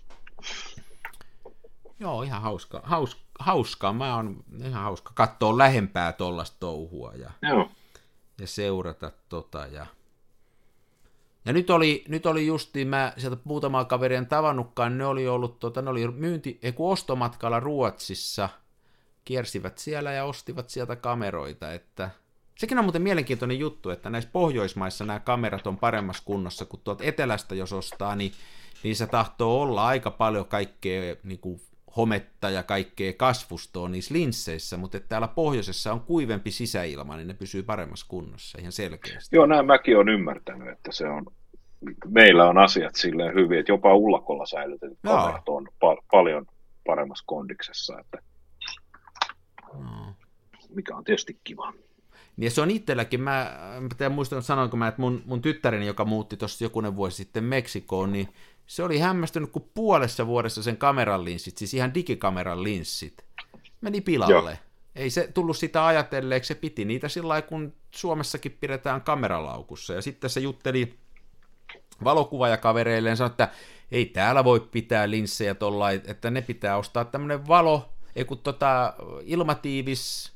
B: Joo, ihan hauska, haus, hauskaa. Mä oon ihan hauska katsoa lähempää tollaista touhua ja,
C: Joo.
B: ja seurata tota. Ja, ja nyt oli, nyt oli justiin, mä sieltä muutamaa kaverien tavannutkaan, ne oli ollut, tota, ne oli myynti, ei kun ostomatkalla Ruotsissa, kiersivät siellä ja ostivat sieltä kameroita, että sekin on muuten mielenkiintoinen juttu, että näissä Pohjoismaissa nämä kamerat on paremmassa kunnossa, kun tuolta etelästä jos ostaa, niin, niin se tahtoo olla aika paljon kaikkea niin kuin hometta ja kaikkea kasvustoa niissä linsseissä, mutta että täällä pohjoisessa on kuivempi sisäilma, niin ne pysyy paremmassa kunnossa ihan selkeästi.
C: Joo, näin mäkin olen ymmärtänyt, että se on, meillä on asiat silleen hyvin, että jopa ullakolla säilytetyt kamerat on pa- paljon paremmassa kondiksessa, että
B: no.
C: Mikä on tietysti kiva.
B: Niin se on itselläkin, mä en muista, sanoinko mä, että mun, mun tyttäreni, joka muutti tuossa jokunen vuosi sitten Meksikoon, niin se oli hämmästynyt, kun puolessa vuodessa sen kameran linssit, siis ihan digikameran linssit, meni pilalle. Joo. Ei se tullut sitä ajatelleeksi, se piti niitä sillä lailla, kun Suomessakin pidetään kameralaukussa. Ja sitten se jutteli valokuvaajakavereilleen ja sanoi, että ei täällä voi pitää linssejä tollain, että ne pitää ostaa tämmöinen valo, ei kun tota ilmatiivis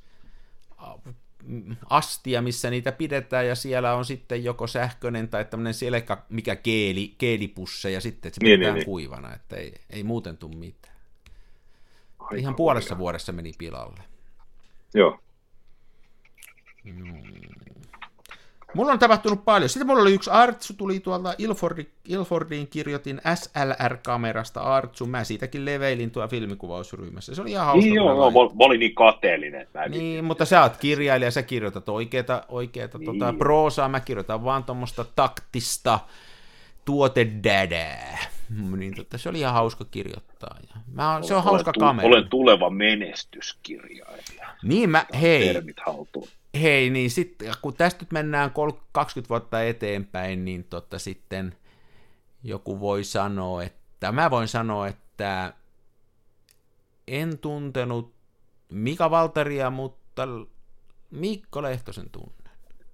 B: astia, missä niitä pidetään, ja siellä on sitten joko sähköinen tai tämmöinen selkä, mikä keeli, keelipusse, ja sitten se pidetään niin, niin, kuivana, että ei, ei muuten tule mitään. Aika ihan puolessa voidaan. Vuodessa meni pilalle.
C: Joo.
B: Hmm. Mulla on tapahtunut paljon. Sitten mulla oli yksi Artsu, tuli tuolta Ilfordi, Ilfordiin, kirjoitin S L R-kamerasta Artsu, mä siitäkin leveilin tuolla filmikuvausryhmässä. Se oli ihan hauska.
C: Niin joo, mä olin niin kateellinen. Että mä
B: niin, mutta sä oot kirjailija, sä kirjoitat oikeata, oikeata niin. tota, proosaa, mä kirjoitan vaan tuommoista taktista tuotedädää. Niin, tota, se oli ihan hauska kirjoittaa. Ja mä oon, se on hauska tu- kamera.
C: Olen tuleva menestyskirjailija.
B: Niin mä, hei.
C: Termit haltuun.
B: Hei, niin sitten kun tästä nyt mennään kaksikymmentä vuotta eteenpäin, niin tota sitten joku voi sanoa, että mä voin sanoa, että en tuntenut Mika Valtaria, mutta Mikko Lehtosen tunnen.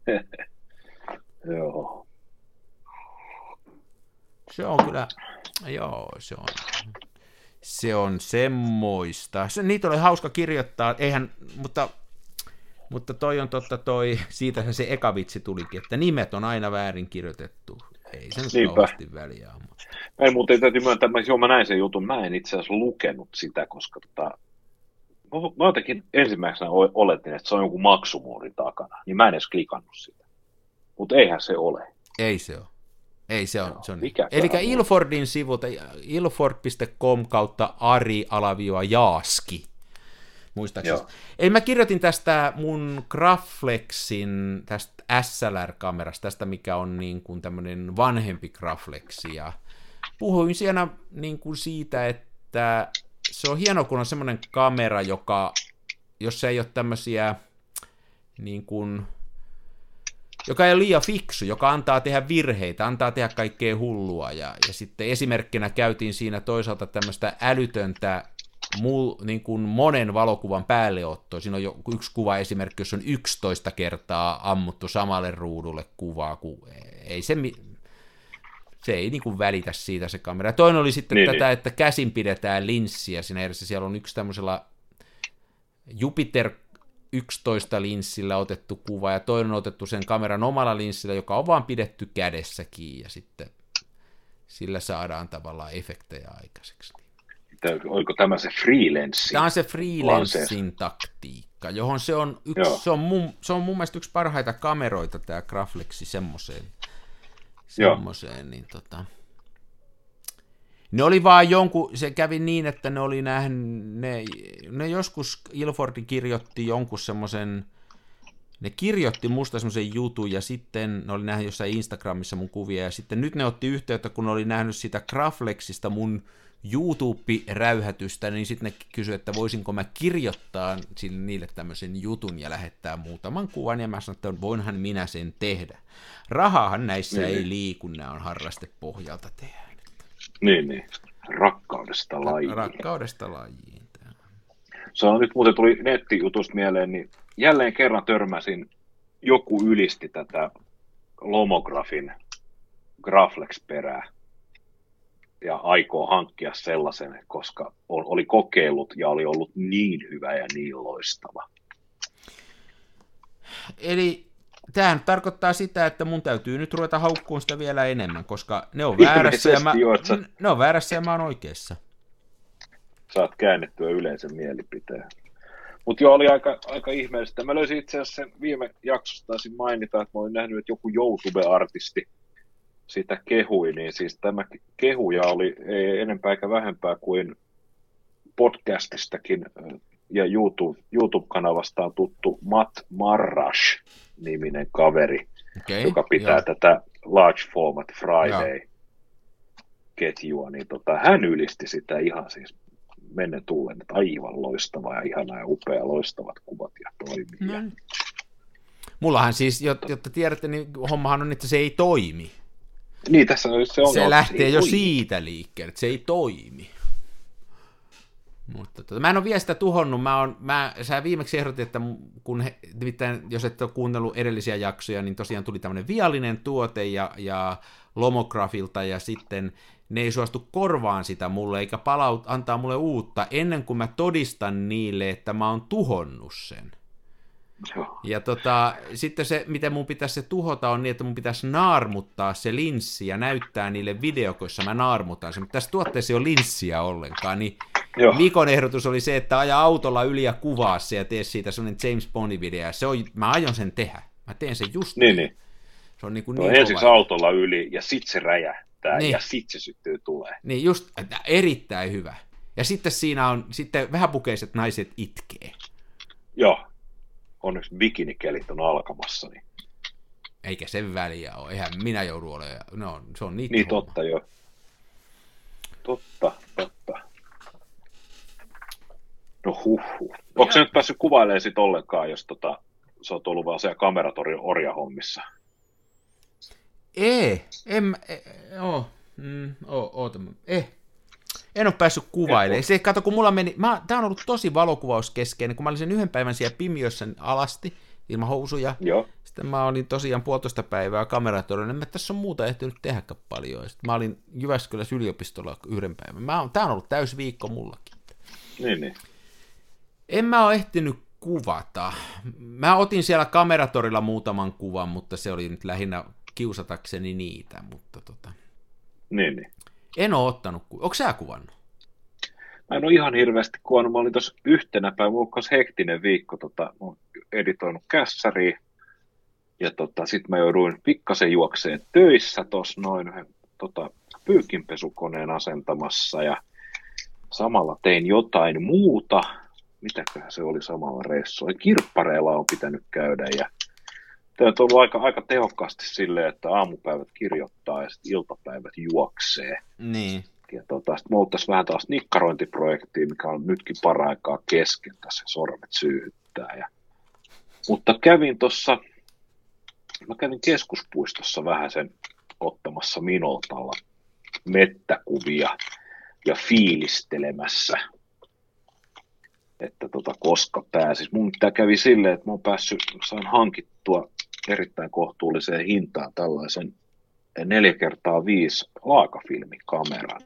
C: Joo.
B: Se on kyllä, joo, se on, se on semmoista. Se, niitä oli hauska kirjoittaa, eihän, mutta... Mutta toi on totta toi, siitähän se eka vitsi tulikin, että nimet on aina väärin kirjoitettu. Ei se nyt kauheasti väliä. Mutta...
C: Ei, mutta ei täytyy myöntää, että joo, mä näin sen jutun, mä en itse asiassa lukenut sitä, koska tota, mä jotenkin ensimmäisenä oletin, että se on joku maksumuuri takana, niin mä en edes klikannut sitä. Mutta eihän se ole.
B: Ei se ole. Ei se on. Se on niin. Eli Ilfordin sivulta, ilford piste com kautta ari-jaaski. Muistaakseni. Ei, mä kirjoitin tästä mun Graflexin, tästä S L R-kamerasta, tästä mikä on niin kuin tämmöinen vanhempi Graflexi, ja puhuin siinä niin kuin siitä, että se on hieno, kun on semmoinen kamera, joka, jos ei ole tämmöisiä, niin kuin, joka ei ole liian fiksu, joka antaa tehdä virheitä, antaa tehdä kaikkea hullua, ja, ja sitten esimerkkinä käytiin siinä toisaalta tämmöistä älytöntä, Mul, niin kuin monen valokuvan päälleotto. Siinä on jo yksi kuva esimerkki, jos on yksitoista kertaa ammuttu samalle ruudulle kuvaa, kun ei se, se ei niin kuin välitä siitä se kamera. Toinen oli sitten niin, tätä, niin. Että käsin pidetään linssiä siinä edessä. Siellä on yksi tämmöisellä Jupiter yksitoista linssillä otettu kuva, ja toinen on otettu sen kameran omalla linssillä, joka on vaan pidetty kädessäkin, ja sitten sillä saadaan tavallaan efektejä aikaiseksi.
C: Oliko tämä se freelancing?
B: Tämä on se freelancing taktiikka, johon se on, yksi, se on, mun, se on mun mielestä yksi parhaita kameroita, tämä Graflexi semmoiseen. semmoiseen niin tota. Ne oli vaan jonkun, se kävi niin, että ne oli nähnyt, ne, ne joskus Ilfordi kirjoitti jonkun semmoisen, ne kirjoitti musta semmoisen jutun ja sitten ne oli nähnyt jossain Instagramissa mun kuvia ja sitten nyt ne otti yhteyttä, kun ne oli nähnyt sitä Graflexista mun YouTube-räyhätystä, niin sitten ne kysyi, että voisinko mä kirjoittaa niille tämmöisen jutun ja lähettää muutaman kuvan, ja mä sanoin, että voinhan minä sen tehdä. Rahahan näissä niin, ei liiku, nämä on harrastepohjalta tehdä.
C: Niin, niin. Rakkaudesta lajiin.
B: Rakkaudesta lajiin.
C: Se on nyt muuten tuli nettijutusta mieleen, niin jälleen kerran törmäsin, joku ylisti tätä Lomografin Graflex-perää. Ja aikoo hankkia sellaisen, koska oli kokeillut ja oli ollut niin hyvä ja niin loistava.
B: Eli tämähän tarkoittaa sitä, että mun täytyy nyt ruveta haukkuun sitä vielä enemmän, koska ne on väärässä ja mä, sä... ne on väärässä ja mä oon oikeassa.
C: Saat käännettyä yleisen mielipiteen. Mutta joo, oli aika, aika ihmeellistä. Mä löysin itse asiassa sen viime jaksosta taisin mainita, että mä olin nähnyt, että joku YouTube-artisti sitä kehui, niin siis tämä kehuja oli ei enempää eikä vähempää kuin podcastistakin ja YouTube, YouTube-kanavastaan tuttu Matt Marrash-niminen kaveri, okay, joka pitää joo. tätä Large Format Friday-ketjua, niin tota, hän ylisti sitä ihan siis menen tullen, että aivan loistava ja ihana ja upea loistavat kuvat ja toimii. Mm.
B: Mullahan siis, jotta tiedätte, niin hommahan on, että se ei toimi.
C: Niin, tässä se on.
B: Se lähtee jo toimi. siitä liikkeelle, että se ei toimi. Mutta tota, mä en ole vielä sitä tuhonnut. Mä on, mä, sä viimeksi ehdotin, että kun he, jos et ole kuunnellut edellisiä jaksoja, niin tosiaan tuli tämmöinen viallinen tuote ja, ja Lomografilta, ja sitten ne ei suostu korvaan sitä mulle, eikä palaut, antaa mulle uutta, ennen kuin mä todistan niille, että mä oon tuhonnut sen. Joo. Ja tota, sitten se, miten mun pitäisi se tuhota, on niin, että mun pitäisi naarmuttaa se linssi ja näyttää niille videokoissa, mä naarmutan sen, mutta tässä tuotteessa ei ole linssiä ollenkaan, niin Joo. Mikon ehdotus oli se, että aja autolla yli ja kuvaa se ja tee siitä sellainen James Bondin video, se on, mä aion sen tehdä, mä teen sen just
C: niin. niin.
B: Se on niin kuin
C: no,
B: niin
C: ensin autolla yli ja sit se räjähtää niin. ja sit se syttyy tulee.
B: Niin just, erittäin hyvä. Ja sitten siinä on, sitten vähäpukeiset naiset itkee.
C: Joo. Onneksi bikinikelit on alkamassa. Niin.
B: Eikä sen väliä ole. Eihän minä joudu olemaan. No, se on niitä
C: Niin
B: homma.
C: totta joo. Totta, totta. No huhhuh. Onko se nyt päässyt kuvailemaan sit ollenkaan, jos tota, sä oot ollut vaan siellä kameratorion orjahommissa?
B: Ei, en e, oo, mm, oo, oota, eh. En ole päässyt kuvailemaan. Se, kato, kun mulla meni, mä, tää on ollut tosi valokuvauskeskeinen, kun mä olin sen yhden päivän siellä pimiössä alasti, ilman housuja. Joo. Sitten mä olin tosiaan puolitoista päivää kameratorilla, en mä tässä on muuta ehtinyt tehdäkään paljon. Sitten mä olin Jyväskylässä yliopistolla yhden päivän. Mä, tää on ollut täys viikko mullakin.
C: Niin, niin.
B: En mä ole ehtinyt kuvata. Mä otin siellä kameratorilla muutaman kuvan, mutta se oli nyt lähinnä kiusatakseni niitä, mutta tota...
C: Niin, niin.
B: En ole ottanut. Onko sä kuvannut?
C: Mä en ole ihan hirveästi kuvannut. Mä olin tuossa yhtenä päivänä, mulla oli hektinen viikko, tota, mä oon editoinut kässäriä, ja tota, sit mä jouduin pikkasen juokseen töissä tuossa noin tota, pyykinpesukoneen asentamassa, ja samalla tein jotain muuta. Mitäköhän se oli samalla reissulla? Kirppareilla on pitänyt käydä, ja tämä on ollut aika, aika tehokkaasti silleen, että aamupäivät kirjoittaa ja sitten iltapäivät juoksee.
B: Niin.
C: Ja tota, sitten me oltaisiin vähän taas nikkarointiprojektia, mikä on nytkin paraikaa kesken tässä, sormet syyhyttää. Ja... Mutta kävin tuossa, mä kävin keskuspuistossa vähän sen ottamassa Minoltalla mettäkuvia ja fiilistelemässä, että tota, koska pääsis. Mun tämä kävi silleen, että mä oon päässyt, saan hankittua erittäin kohtuulliseen hintaan tällaisen neljä kertaa viisi laakafilmikameran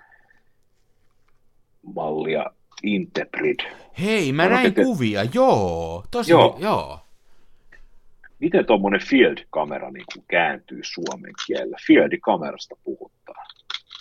C: mallia Intebrid.
B: Hei, mä näin te... kuvia, joo. Tosi, joo. joo.
C: Miten tuommoinen field-kamera niin kuin kääntyy suomen kielellä? Field-kamerasta puhutaan.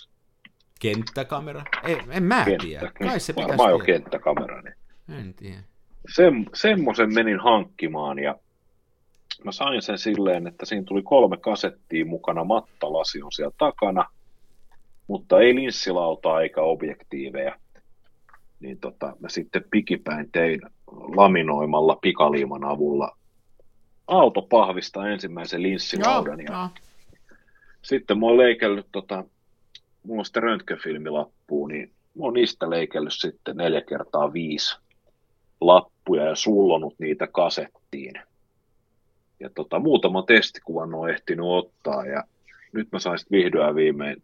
B: kenttäkamera? Ei, en mä
C: Kenttä,
B: tiedä. Kai se pitäisi
C: varmaan jo
B: tietää.
C: kenttäkamera. Niin.
B: En tiedä.
C: Sem, semmoisen menin hankkimaan ja mä sain sen silleen, että siinä tuli kolme kasettia mukana, mattalasi on siellä takana, mutta ei linssilautaa eikä objektiiveja. Niin tota, mä sitten pikipäin tein laminoimalla pikaliiman avulla autopahvista ensimmäisen linssilaudan.
B: Joo,
C: ja
B: joo.
C: Sitten mä oon leikellyt, tota, mulla on sitten röntgenfilmilappua, niin mä oon niistä leikellyt sitten neljä kertaa viisi lappuja ja sullonut niitä kasettiin. Ja tota, muutaman testikuvan on ehtinyt ottaa ja nyt mä sain sitten vihdoin viimein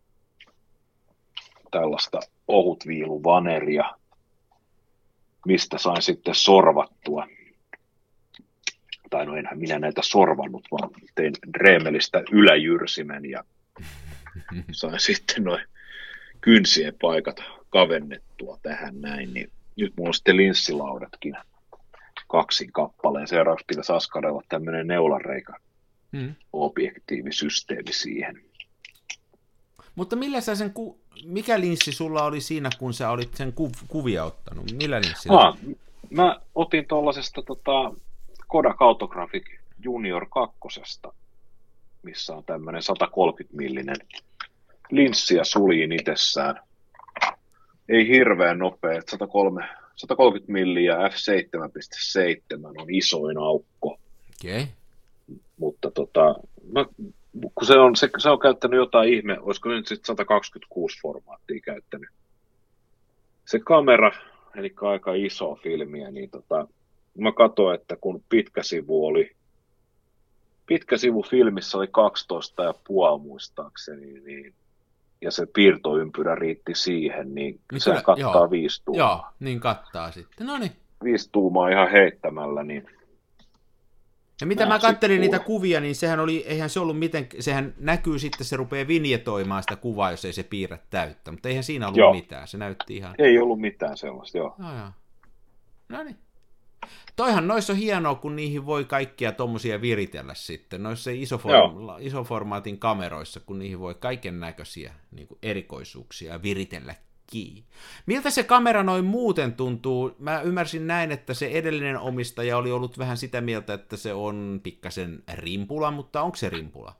C: tällaista ohutviiluvaneria, mistä sain sitten sorvattua. Tai no enhän minä näitä sorvannut, vaan tein Dremelistä yläjyrsimen ja sain sitten noin kynsien paikat kavennettua tähän näin. Niin nyt mulla on sitten linssilaudatkin kaksin kappaleen. Seuraavaksi pitäisi askarella tämmöinen neulareikä hmm. objektiivisysteemi siihen.
B: Mutta millä sä sen, ku... mikä linssi sulla oli siinä, kun sä olit sen ku... kuvia ottanut? Millä linssillä?
C: Ah, mä otin tuollaisesta tota, Kodak Autographic Junior kakkosesta, missä on tämmöinen sata kolmekymmentä millinen linssi ja suljin itsessään. Ei hirveän nopea, sata kolmekymmentä milliä ja f seitsemän pilkku seitsemän on isoin aukko.
B: Okay.
C: Mutta tota, mä, kun se on, se, se on käyttänyt jotain ihme, olisiko nyt sitten sata kaksikymmentäkuusi formaattia käyttänyt. Se kamera, eli aika iso filmiä, niin tota, mä katsoin, että kun pitkä sivu oli, pitkä sivu filmissä oli kaksitoista ja puoli muistaakseni, niin, ja se piirtoympyrä riitti siihen, niin, niin se kyllä, kattaa joo, viisi tuumaa.
B: Joo, niin kattaa sitten. No niin.
C: Viisi tuumaa ihan heittämällä, niin
B: ja mitä mä kattelin niitä kuvia, niin sehän oli, eihän se ollut miten, sehän näkyy sitten, se rupeaa vinjetoimaan sitä kuvaa, jos ei se piirrä täyttä, mutta eihän siinä ollut joo. mitään, se näytti ihan...
C: Ei ollut mitään sellaista, joo.
B: No, joo. No niin. Toihan noissa on hienoa, kun niihin voi kaikkia tommosia viritellä sitten, noissa isoforma- isoformaatin kameroissa, kun niihin voi kaiken näköisiä niin kuin erikoisuuksia viritellä kiinni. Miltä se kamera noin muuten tuntuu? Mä ymmärsin näin, että se edellinen omistaja oli ollut vähän sitä mieltä, että se on pikkasen rimpula, mutta onko se rimpula?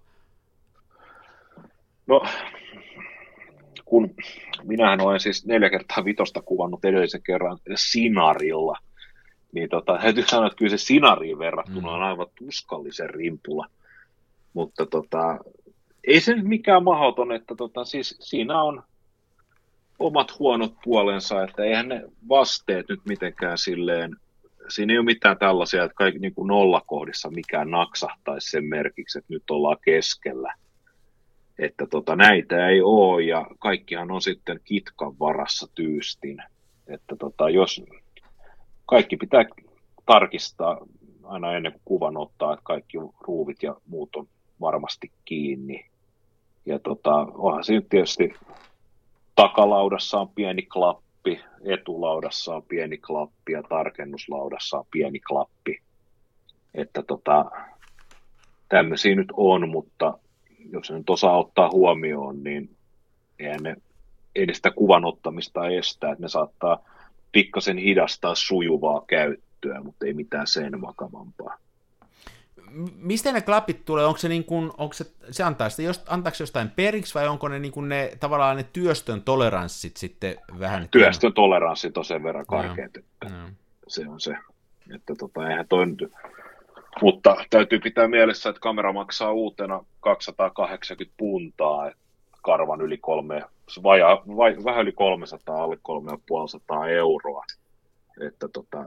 C: No, kun minähän olen siis neljä kertaa vitosta kuvannut edellisen kerran Sinarilla, niin tota, täytyy sanoa, että kyllä se Sinariin verrattuna mm. on aivan tuskallisen rimpula. Mutta tota, ei se nyt mikään mahdoton, että tota, siis siinä on omat huonot puolensa, että eihän ne vasteet nyt mitenkään silleen, siinä ei ole mitään tällaisia, että kaikki niin kuin nollakohdissa mikään naksahtaisi sen merkiksi, että nyt ollaan keskellä. Että tota, näitä ei ole, ja kaikkihan on sitten kitkan varassa tyystin. Että tota, jos kaikki pitää tarkistaa aina ennen kuin kuvan ottaa, että kaikki ruuvit ja muut on varmasti kiinni. Ja tota, onhan siinä tietysti takalaudassa on pieni klappi, etulaudassa on pieni klappi ja tarkennuslaudassa on pieni klappi. Että tota, tämmöisiä nyt on, mutta jos se nyt osaa ottaa huomioon, niin eihän ne, ei sitä kuvan ottamista estää, että ne saattaa pikkasen hidastaa sujuvaa käyttöä, mutta ei mitään sen vakavampaa.
B: Mistä ne klapit tulee? Onko se, niin kuin, onko se, se antaa sitä, just, antaako se jostain periksi vai onko ne, niin kuin ne tavallaan ne työstön toleranssit sitten vähän?
C: Työstön toleranssit on sen verran karkeat, että no. se on se. Että tota, eihän toi nyt. Mutta täytyy pitää mielessä, että kamera maksaa uutena kaksisataakahdeksankymmentä puntaa, karvan yli kolme, vai, vai, vähän yli kolmesataa, alle kolmesataa euroa. Että tota,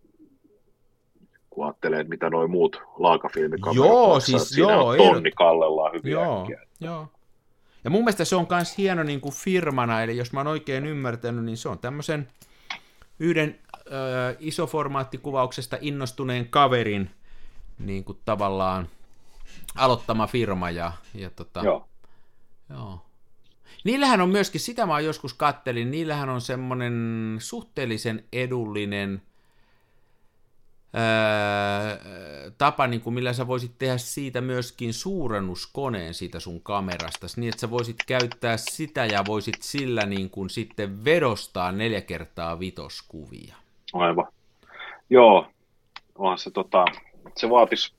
C: kun ajattelee, että mitä nuo muut laakafilmikamerat
B: joo,
C: maksaa,
B: siis,
C: siinä
B: joo,
C: on tonni kallellaan hyvin
B: joo,
C: äkkiä.
B: Joo. Ja mun mielestä se on myös hieno niin kuin firmana, eli jos mä oon oikein ymmärtänyt, niin se on tämmöisen yhden ö, isoformaattikuvauksesta innostuneen kaverin niin kuin tavallaan aloittama firma. Ja, ja tota,
C: joo.
B: Joo. Niillähän on myöskin, sitä mä joskus kattelin, niillähän on semmoinen suhteellisen edullinen öö, tapa, niin kuin millä sä voisit tehdä siitä myöskin suurennuskoneen siitä sun kamerasta, niin että sä voisit käyttää sitä ja voisit sillä niin kuin sitten vedostaa neljä kertaa vitoskuvia.
C: Aivan. Joo, onhan se tota, se vaatisi,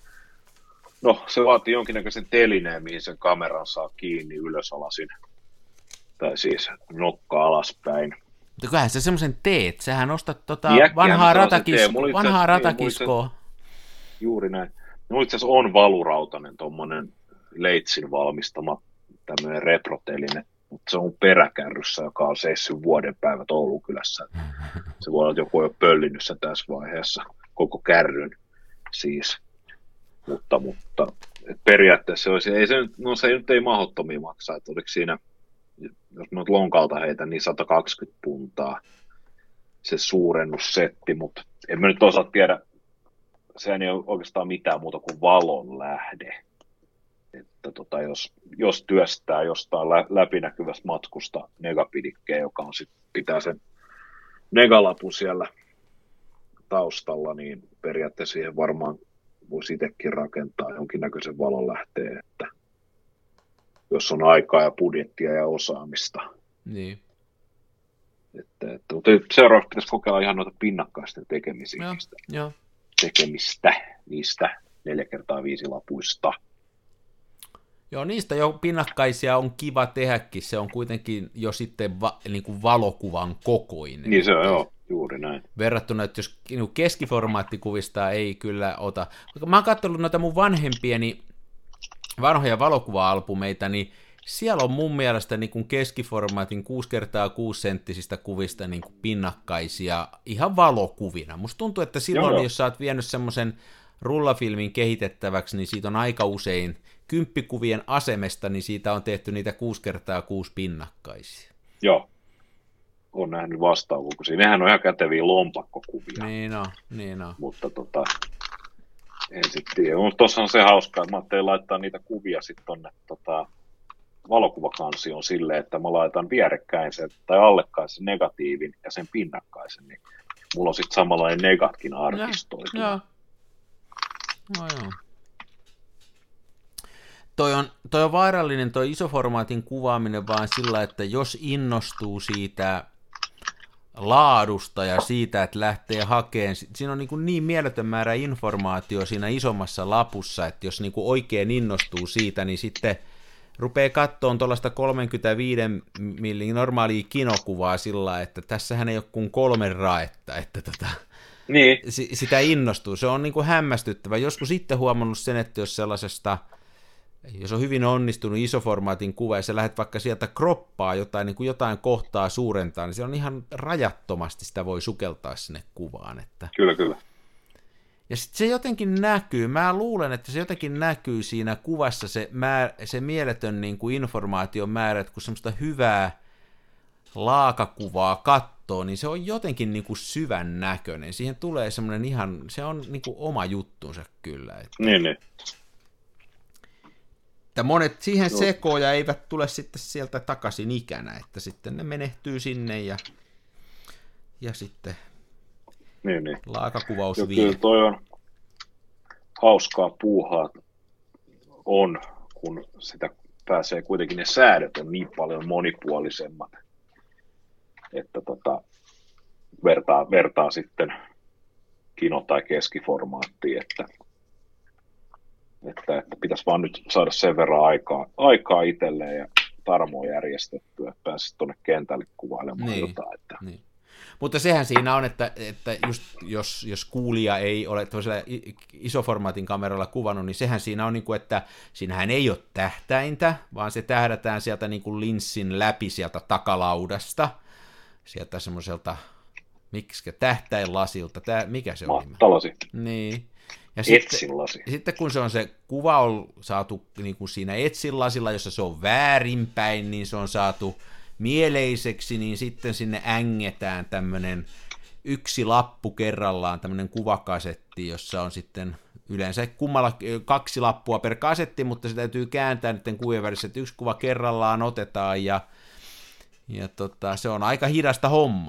C: no se vaatii jonkinnäköisen telineen, mihin sen kameran saa kiinni ylösalasin, tai siis nokka alaspäin.
B: Mutta kyllähän sä semmoisen teet, sähän ostat tota
C: Iäkkiä,
B: vanhaa, ratakis,
C: vanhaa
B: vanhaa ratakiskoa.
C: Juuri näin. Mulla itse asiassa on valurautainen tuommoinen Leitsin valmistama tämmöinen reproteline, mutta se on peräkärryssä, joka on seissyt vuoden päivät Oulunkylässä. Se voi olla, että joku on jo pöllinyt sen tässä vaiheessa, koko kärryn siis. Mutta, mutta periaatteessa se olisi, ei se, no se nyt ei mahdottomia maksaa, että oliko siinä, jos mä nyt lonkalta heitän, niin sata kaksikymmentä puntaa se suurennussetti, mutta en mä nyt osaa tiedä, sehän ei ole oikeastaan mitään muuta kuin valon lähde. Että tota, jos, jos työstää jostain lä- läpinäkyvästä matkusta negapidikkeen, joka on sit, pitää sen negalapun siellä taustalla, niin periaatteessa siihen varmaan voisi itsekin rakentaa jonkinnäköisen valon lähteen, että jos on aikaa ja budjettia ja osaamista.
B: Niin.
C: Että, että, mutta seuraavaksi pitäisi kokeilla ihan noita pinnakkaisten tekemisiä.
B: Joo, jo.
C: tekemistä niistä neljä kertaa viisi lapuista.
B: Joo, niistä jo pinnakkaisia on kiva tehdäkin, se on kuitenkin jo sitten va, niin kuin valokuvan kokoinen.
C: Niin se on, joo, juuri näin.
B: Verrattuna, että jos niin keskiformaattikuvista ei kyllä ota. Mä oon katsonut noita mun vanhempieni vanhoja valokuva-albumeita, niin siellä on mun mielestä niin kuin keskiformaatin kuusi kertaa kuusi senttisistä kuvista niin kuin pinnakkaisia ihan valokuvina. Musta tuntuu, että silloin, joo, jos sä oot vienyt semmoisen rullafilmin kehitettäväksi, niin siitä on aika usein kymppikuvien asemesta, niin siitä on tehty niitä kuusi kertaa kuusi pinnakkaisia.
C: Joo, on nähnyt vastaavuuksia. Nehän on ihan käteviä lompakkokuvia.
B: Niin on, niin on.
C: Mutta tota, en sitten tiedä. Mutta tuossa on se hauskaa, että mä ajattelin laittaa niitä kuvia sitten tonne tota, valokuvakansioon silleen, että mä laitan vierekkäin sen, tai allekkain sen negatiivin ja sen pinnakkaisen, niin mulla on sitten samanlainen negatkin arkistoitu.
B: Joo, no joo. Toi on, toi on vaarallinen toi isoformaatin kuvaaminen vaan sillä, että jos innostuu siitä laadusta ja siitä, että lähtee hakemaan, siinä on niin, kuin niin mieletön määrä informaatio siinä isommassa lapussa, että jos niin kuin oikein innostuu siitä, niin sitten rupeaa kattoon tuollaista kolmekymmentäviisi millin normaalia kinokuvaa sillä, että tässähän ei ole kuin kolme raetta, että tota,
C: niin.
B: sitä innostuu. Se on niin kuin hämmästyttävä. Joskus sitten huomannut sen, että jos sellaisesta, jos on hyvin onnistunut isoformaatin kuva ja sä lähdet vaikka sieltä kroppaa jotain, niin kuin jotain kohtaa suurentaa, niin se on ihan rajattomasti sitä voi sukeltaa sinne kuvaan. Että...
C: Kyllä, kyllä.
B: Ja sitten se jotenkin näkyy, mä luulen, että se jotenkin näkyy siinä kuvassa se, määr, se mieletön niin kuin informaation määrä, että kun semmoista hyvää laakakuvaa katsoo, niin se on jotenkin niin kuin syvän näköinen. Siihen tulee semmoinen ihan, se on niin kuin oma juttunsa kyllä. Että,
C: niin, niin.
B: Että monet siihen no. sekoon ja eivät tule sitten sieltä takaisin ikänä, että sitten ne menehtyy sinne ja, ja sitten...
C: Niin, niin.
B: Laakakuvaus
C: ja
B: vie.
C: Kyllä toi on hauskaa puuhaa on, kun sitä pääsee kuitenkin, ne säädöt on niin paljon monipuolisemmat, että tota, vertaa, vertaa sitten kino- tai keskiformaattiin, että, että, että pitäisi vaan nyt saada sen verran aikaa, aikaa itselleen ja tarmoa järjestettyä, että pääsisi tuonne kentälle kuvailemaan niin, jotain. Että...
B: Niin. Mutta sehän siinä on, että, että just jos, jos kuulija ei ole toisella isoformaatin kameralla kuvannut, niin sehän siinä on, niin kuin, että siinähän ei ole tähtäintä, vaan se tähdätään sieltä niin kuin linssin läpi sieltä takalaudasta, sieltä semmoiselta, miksikä, tähtäinlasilta, Tää, mikä se on?
C: Mattalasi.
B: Niin. Ja
C: etsinlasi.
B: Sitten, sitten kun se on se kuva on saatu niin kuin siinä etsinlasilla, jossa se on väärinpäin, niin se on saatu mieleiseksi, niin sitten sinne ängetään tämmöinen yksi lappu kerrallaan, tämmöinen kuvakasetti, jossa on sitten yleensä kummalla kaksi lappua per kasetti, mutta se täytyy kääntää niiden kuvien välissä, että yksi kuva kerrallaan otetaan, ja, ja tota, se on aika hidasta hommaa.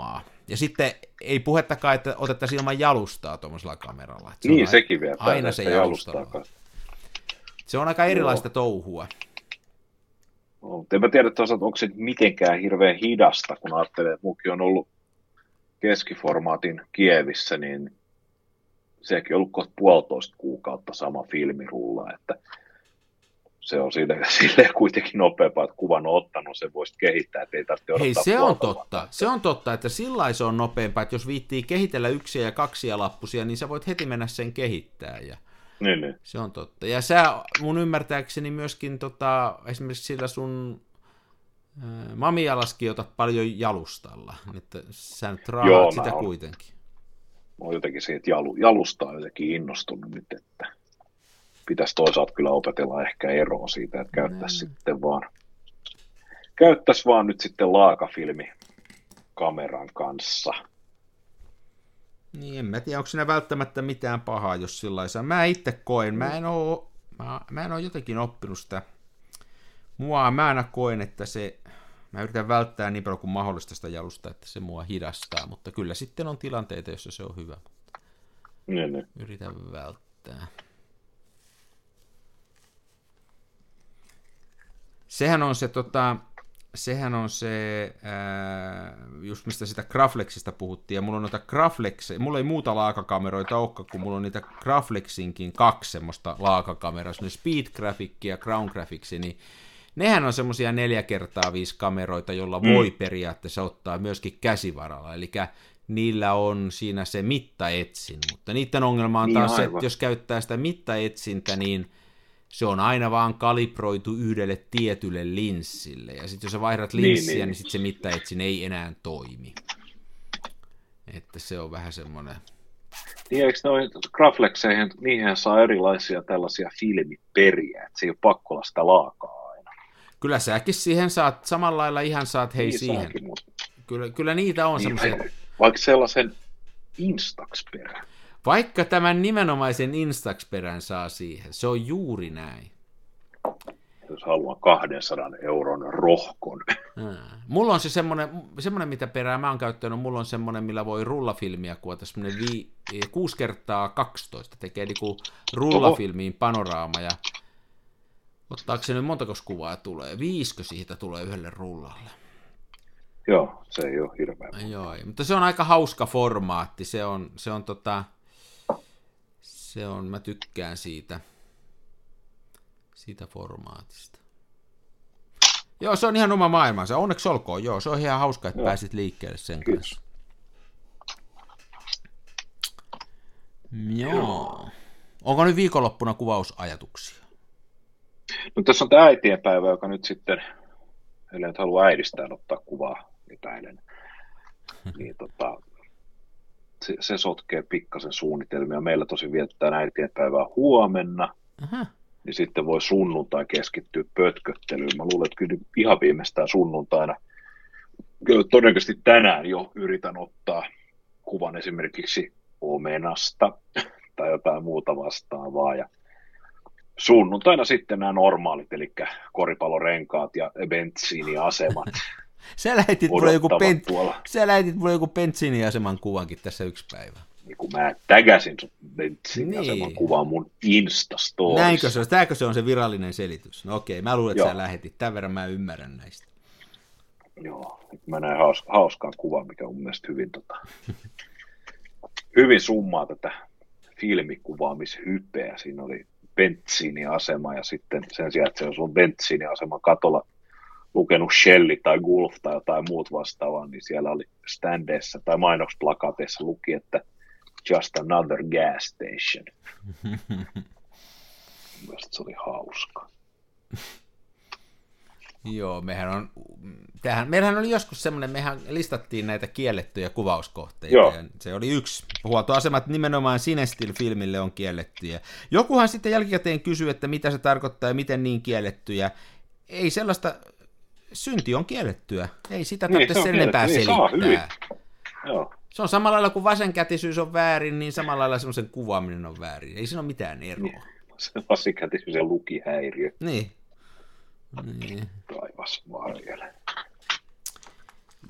B: Ja sitten ei puhettakaan, että otettaisiin ilman jalustaa tuommoisella kameralla. Se
C: niin, sekin vielä.
B: Aina se jalustaa. Se on aika erilaista Joo. touhua.
C: No, en mä tiedä, että onko se mitenkään hirveän hidasta, kun ajattelee, että mukin on ollut keskiformaatin Kievissä, niin sekin on ollut kohta puolitoista kuukautta sama filmirulla, että se on silleen, silleen kuitenkin nopeampaa, että kuvan on ottanut, se voisi kehittää, että ei tarvitse odottaa.
B: Hei, se on totta. Vuotta. Se on totta, että sillä se on nopeampaa, että jos viittii kehitellä yksiä ja kaksia lappusia, niin sä voit heti mennä sen kehittää. Ja
C: niin, niin.
B: Se on totta. Ja sä mun ymmärtääkseni myöskin tota, esimerkiksi sillä sun äh, mamialaskin otat paljon jalustalla, että sä nyt raahat sitä on, kuitenkin.
C: Mä oon jotenkin siitä jalu, jalustaa jotenkin innostunut nyt, että pitäisi toisaalta kyllä opetella ehkä eroa siitä, että käyttäisi sitten vaan, käyttäisi vaan nyt sitten laakafilmi kameran kanssa.
B: Niin, en mä tiedä, onko siinä välttämättä mitään pahaa, jos sillaisa. Mä itse koen, mä en oo, mä, mä en oo jotenkin oppinut sitä. Mua, mä aina koen, että se, mä yritän välttää niin paljon kuin mahdollista sitä jalusta, että se mua hidastaa, mutta kyllä sitten on tilanteita, joissa se on hyvä.
C: Niin, niin.
B: Yritän välttää. Sehän on se, tota, sehän on se, ää, just mistä sitä Graflexista puhuttiin, ja mulla on noita Graflexeja, mulla ei muuta laakakameroita olekaan, kun mulla on niitä Graflexinkin kaksi semmoista laakakameraa, semmoinen Speed Graphic ja Crown Graphics, niin nehän on semmoisia neljä kertaa viisi kameroita, jolla mm. voi periaatteessa ottaa myöskin käsivaralla, eli niillä on siinä se mittaetsin, mutta niiden ongelma on taas niin, se, että jos käyttää sitä mittaetsintä, niin se on aina vaan kalibroitu yhdelle tietylle linssille, ja sitten jos sä vaihdat linssiä, niin, niin, niin sitten se mittaetsin ei enää toimi. Että se on vähän semmoinen.
C: Niin, eikö noin Graflexeihin, niihin saa erilaisia tällaisia filmiperiä, että se ei ole pakko olla sitä laakaa aina.
B: Kyllä säkin siihen saat, samalla lailla ihan saat hei
C: niin
B: siihen.
C: Saakin, mutta...
B: kyllä, kyllä niitä on niin, semmoisia.
C: Vaikka sellaisen Instax-perän.
B: Vaikka tämän nimenomaisen Instax-perän saa siihen, se on juuri näin.
C: Jos haluaa kahdensadan euron rohkon.
B: Ää. Mulla on se semmoinen, semmoinen, mitä perää mä oon käyttänyt, mulla on semmoinen, millä voi rullafilmiä kuvata, semmoinen vi, kuusi kertaa kaksitoista, tekee niinku rullafilmiin panoraama, ja ottaako se nyt montako kuvaa tulee? Viisikö siitä tulee yhdelle rullalle?
C: Joo, se ei ole hirveän.
B: Joo, mutta se on aika hauska formaatti, se on, se on tota... Se on, mä tykkään siitä, siitä formaatista. Joo, se on ihan oma maailmansa. Onneksi olkoon, joo. Se on ihan hauska, että joo. Pääsit liikkeelle sen Kiitos. Kanssa. Joo. Onko nyt viikonloppuna kuvausajatuksia?
C: No tässä on tämä äitienpäivä, joka nyt sitten, ellei nyt halua äidistään ottaa kuvaa, epäilen. Niin tota... Se, se sotkee pikkasen suunnitelmia. Meillä tosi vietetään äitienpäivää huomenna, Aha. niin sitten voi sunnuntai keskittyä pötköttelyyn. Mä luulen, että kyllä ihan viimeistään sunnuntaina, todennäköisesti tänään jo yritän ottaa kuvan esimerkiksi omenasta tai jotain muuta vastaavaa. Ja sunnuntaina sitten nämä normaalit, eli koripallorenkaat ja bensiiniasemat.
B: Sä lähetit mulle joku, pen... Sä lähetit mulle joku bensiiniaseman kuvankin tässä yksi päivä.
C: Niin kun mä tägäsin sun bensiiniaseman niin. Kuvan mun Instastorissa.
B: Näinkö se on? Tääkö se on se virallinen selitys? No okei, mä luulen, että Joo. sä lähetit. Tämän verran mä ymmärrän näistä.
C: Joo, mä näin haus- hauskaan kuvan, mikä on mun mielestä hyvin, tota, hyvin summaa tätä filmikuvaamishypeä. Siinä oli bensiiniasema ja sitten sen sijaan, että se on sun bensiiniaseman katolla lukenut Shelly tai Gulf tai jotain muut vastaavaa, niin siellä oli standeissa tai mainosplakateissa luki, että just another gas station. Mielestäni se oli hauska.
B: Joo, mehän on, tämähän, meillähän oli joskus semmoinen, mehän listattiin näitä kiellettyjä kuvauskohteita. Joo. Ja se oli yksi. Huoltoasemat nimenomaan Cinestil-filmille on kiellettyjä. Jokuhan sitten jälkikäteen kysyy, että mitä se tarkoittaa ja miten niin kiellettyjä. Ei sellaista... Synti on kiellettyä. Ei sitä tarvitse niin, sen enempää selittää.
C: Joo.
B: Se on samalla lailla kuin vasenkätisyys on väärin, niin samalla lailla semmoisen kuvaaminen on väärin. Ei siinä ole mitään eroa. Niin.
C: Se vasenkätisyys ja lukihäiriö.
B: Niin. niin.
C: Taivas varjele.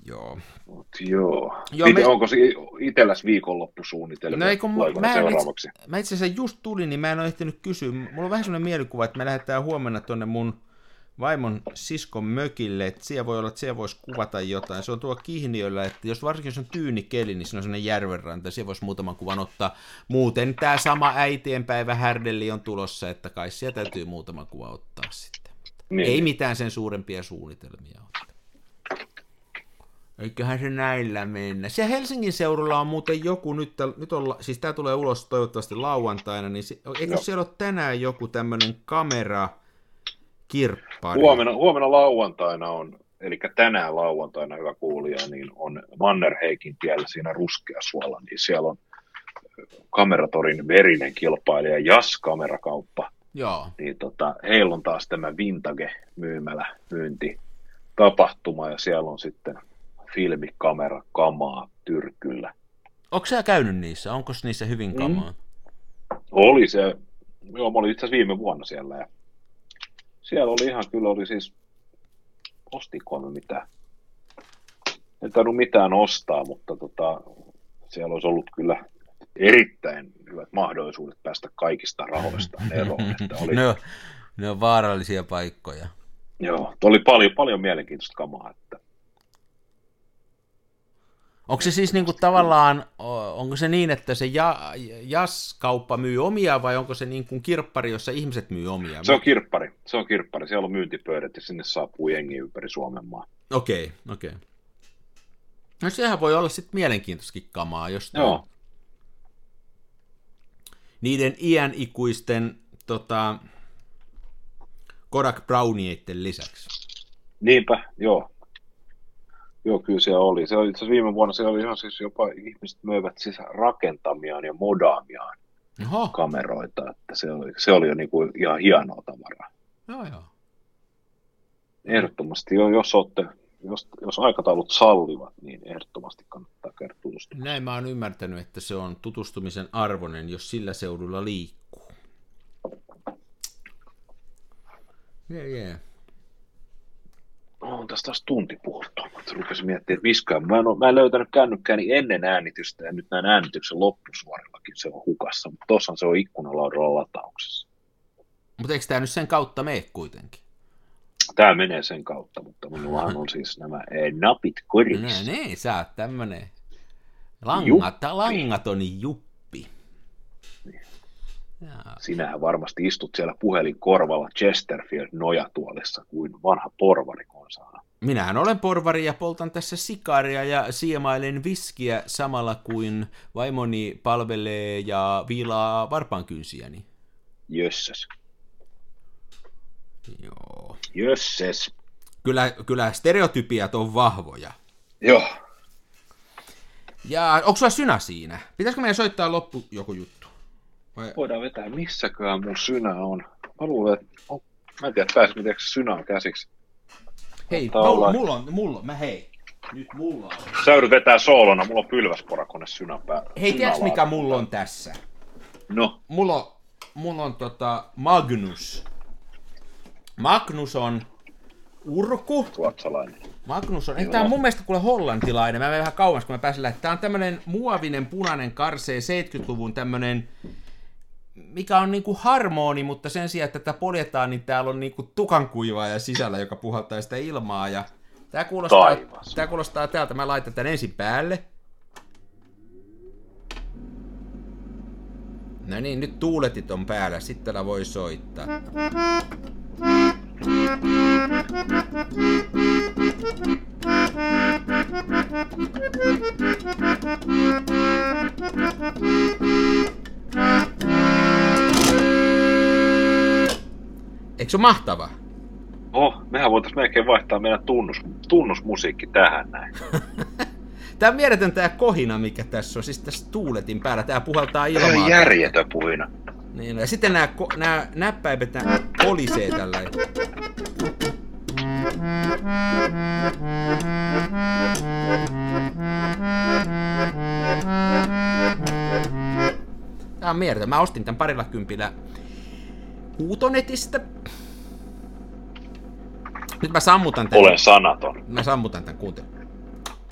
B: Joo.
C: Mut joo.
B: joo
C: Ite,
B: me...
C: Onko se itselläs viikonloppusuunnitelmia?
B: No ei, kun mä,
C: mä,
B: itse, mä itse asiassa just tulin, niin mä en ole ehtinyt kysyä. Mulla on vähän sellainen mielikuva, että me lähdetään huomenna tuonne mun vaimon siskon mökille, että siellä voi olla, että siellä voisi kuvata jotain. Se on tuo Kihniöllä, että jos varsinkin jos on tyyni keli, niin se on sellainen järvenranta, siellä voisi muutaman kuvan ottaa. Muuten tämä sama äitienpäivä härdelli on tulossa, että kai siellä täytyy muutama kuva ottaa sitten. Niin. Ei mitään sen suurempia suunnitelmia ole. Eiköhän se näillä mennä. Siellä Helsingin seudulla on muuten joku, nyt, nyt on, siis tämä tulee ulos toivottavasti lauantaina, niin se, eikö no. siellä ole tänään joku tämmöinen kamera, kirppari?
C: Huomenna, huomenna lauantaina on, eli tänään lauantaina, hyvä kuulija, niin on Mannerheikin tiellä siinä Ruskeasuolla, niin siellä on Kameratorin verinen kilpailija Jas Kamerakauppa.
B: Joo.
C: Niin tota, heillä on taas tämä Vintage-myymälä myynti tapahtuma, ja siellä on sitten filmikamera kamaa tyrkyllä.
B: Onko sä käynyt niissä? Onko niissä hyvin kamaa? Mm.
C: Oli se, joo, mä olin itse asiassa viime vuonna siellä, ja siellä oli ihan, kyllä oli siis, ostikoimme mitään. En tainnut mitään ostaa, mutta tota, siellä olisi ollut kyllä erittäin hyvät mahdollisuudet päästä kaikista rahoista eroon. Että oli...
B: ne, on, ne on vaarallisia paikkoja.
C: Joo, oli paljon, paljon mielenkiintoista kamaa. Että...
B: Onko se siis niinku tavallaan, onko se niin, että se ja, Jas-kauppa myy omia vai onko se niin kuin kirppari, jossa ihmiset myy omia?
C: Se on kirppari, se on kirppari. Siellä on myyntipöydät ja sinne saapuu jengi ympäri Suomen maa.
B: Okei, okei. No sehän voi olla sitten mielenkiintoiskin kamaa, jos
C: Joo.
B: niiden iänikuisten tota, Kodak Brownieiden lisäksi.
C: Niinpä, joo. Joo, kyllä se oli. Se oli itse asiassa viime vuonna, se oli ihan siis jopa ihmiset möivät siis rakentamiaan ja modaamiaan Oho. kameroita, että se oli, se oli jo niin kuin ihan hienoa tavaraa.
B: Joo, joo.
C: Ehdottomasti, jos, olette, jos, jos aikataulut sallivat, niin ehdottomasti kannattaa käydä tutustumaan.
B: Näin mä oon ymmärtänyt, että se on tutustumisen arvoinen, jos sillä seudulla liikkuu. Jee, yeah, yeah.
C: On tästä taas tunti puhuttu. Rupesin miettimään, että misköhän. Mä en, ole, mä en löytänyt kännykkääni ennen äänitystä, ja nyt näin äänityksen loppusuorillakin se on hukassa, mutta tossahan se on ikkunalaudalla latauksessa.
B: Mutta eikö tämä nyt sen kautta mene kuitenkin?
C: Tämä menee sen kautta, mutta minullahan on siis nämä napit korissa.
B: No niin, sä oot tämmönen langat, langaton juppi.
C: Niin. Sinähän varmasti istut siellä puhelinkorvalla Chesterfield-nojatuolissa kuin vanha porvari konsaana.
B: Minähän olen porvari ja poltan tässä sikaria ja siemailen viskiä samalla kuin vaimoni palvelee ja viilaa varpaankynsiäni.
C: Jösses.
B: Joo.
C: Jösses.
B: Kyllä, kyllä stereotypiat on vahvoja.
C: Joo.
B: Ja onko sulla synä siinä? Pitäisikö meidän soittaa loppu joku juttu?
C: Vai? Voidaan vetää, missäköhän mun synä on. Mä luulen, että on, mä en tiedä, pääsikö miten se synä on käsiksi.
B: Hei, mulla, mulla on, mulla on, mä hei. Nyt mulla on.
C: Sä joudut vetää soolona, mulla on pylväsporakone synän päällä.
B: Hei, tiedätkö mikä mulla on tässä?
C: No?
B: Mulla on, mulla on tota Magnus. Magnus on urku.
C: Ruotsalainen.
B: Magnus on, tämä on mun mielestä kuule hollantilainen, mä menen vähän kauas kun mä pääsen lähtemään. Tämä on tämmönen muovinen punainen karsee seitsemänkymmentäluvun tämmönen, mikä on niinku harmoni, mutta sen sijaan, että tätä poljetaan, niin täällä on niinku tukankuivaaja sisällä, joka puhaltaa sitä ilmaa. Ja tää kuulostaa, tää kuulostaa täältä, mä laitan tän ensin päälle. No niin, nyt tuuletit on päällä, sitten täällä voi soittaa. Eikö se ole mahtava?
C: Oh, mehän voitaisiin melkein vaihtaa meidän tunnus, tunnusmusiikki tähän näin.
B: Tää on mieletön tää kohina, mikä tässä on, siis tässä tuuletin päällä, tää puhaltaa ilmaa.
C: Tämä on järjetön puhina.
B: Niin, ja sitten nämä, nämä näppäimet nämä kolisee tällä. Tää on mieletön. Mä ostin tän parilla kympillä Huutonetistä. Nyt mä sammutan tän.
C: Olen sanaton.
B: Mä sammutan tän, kuuntele.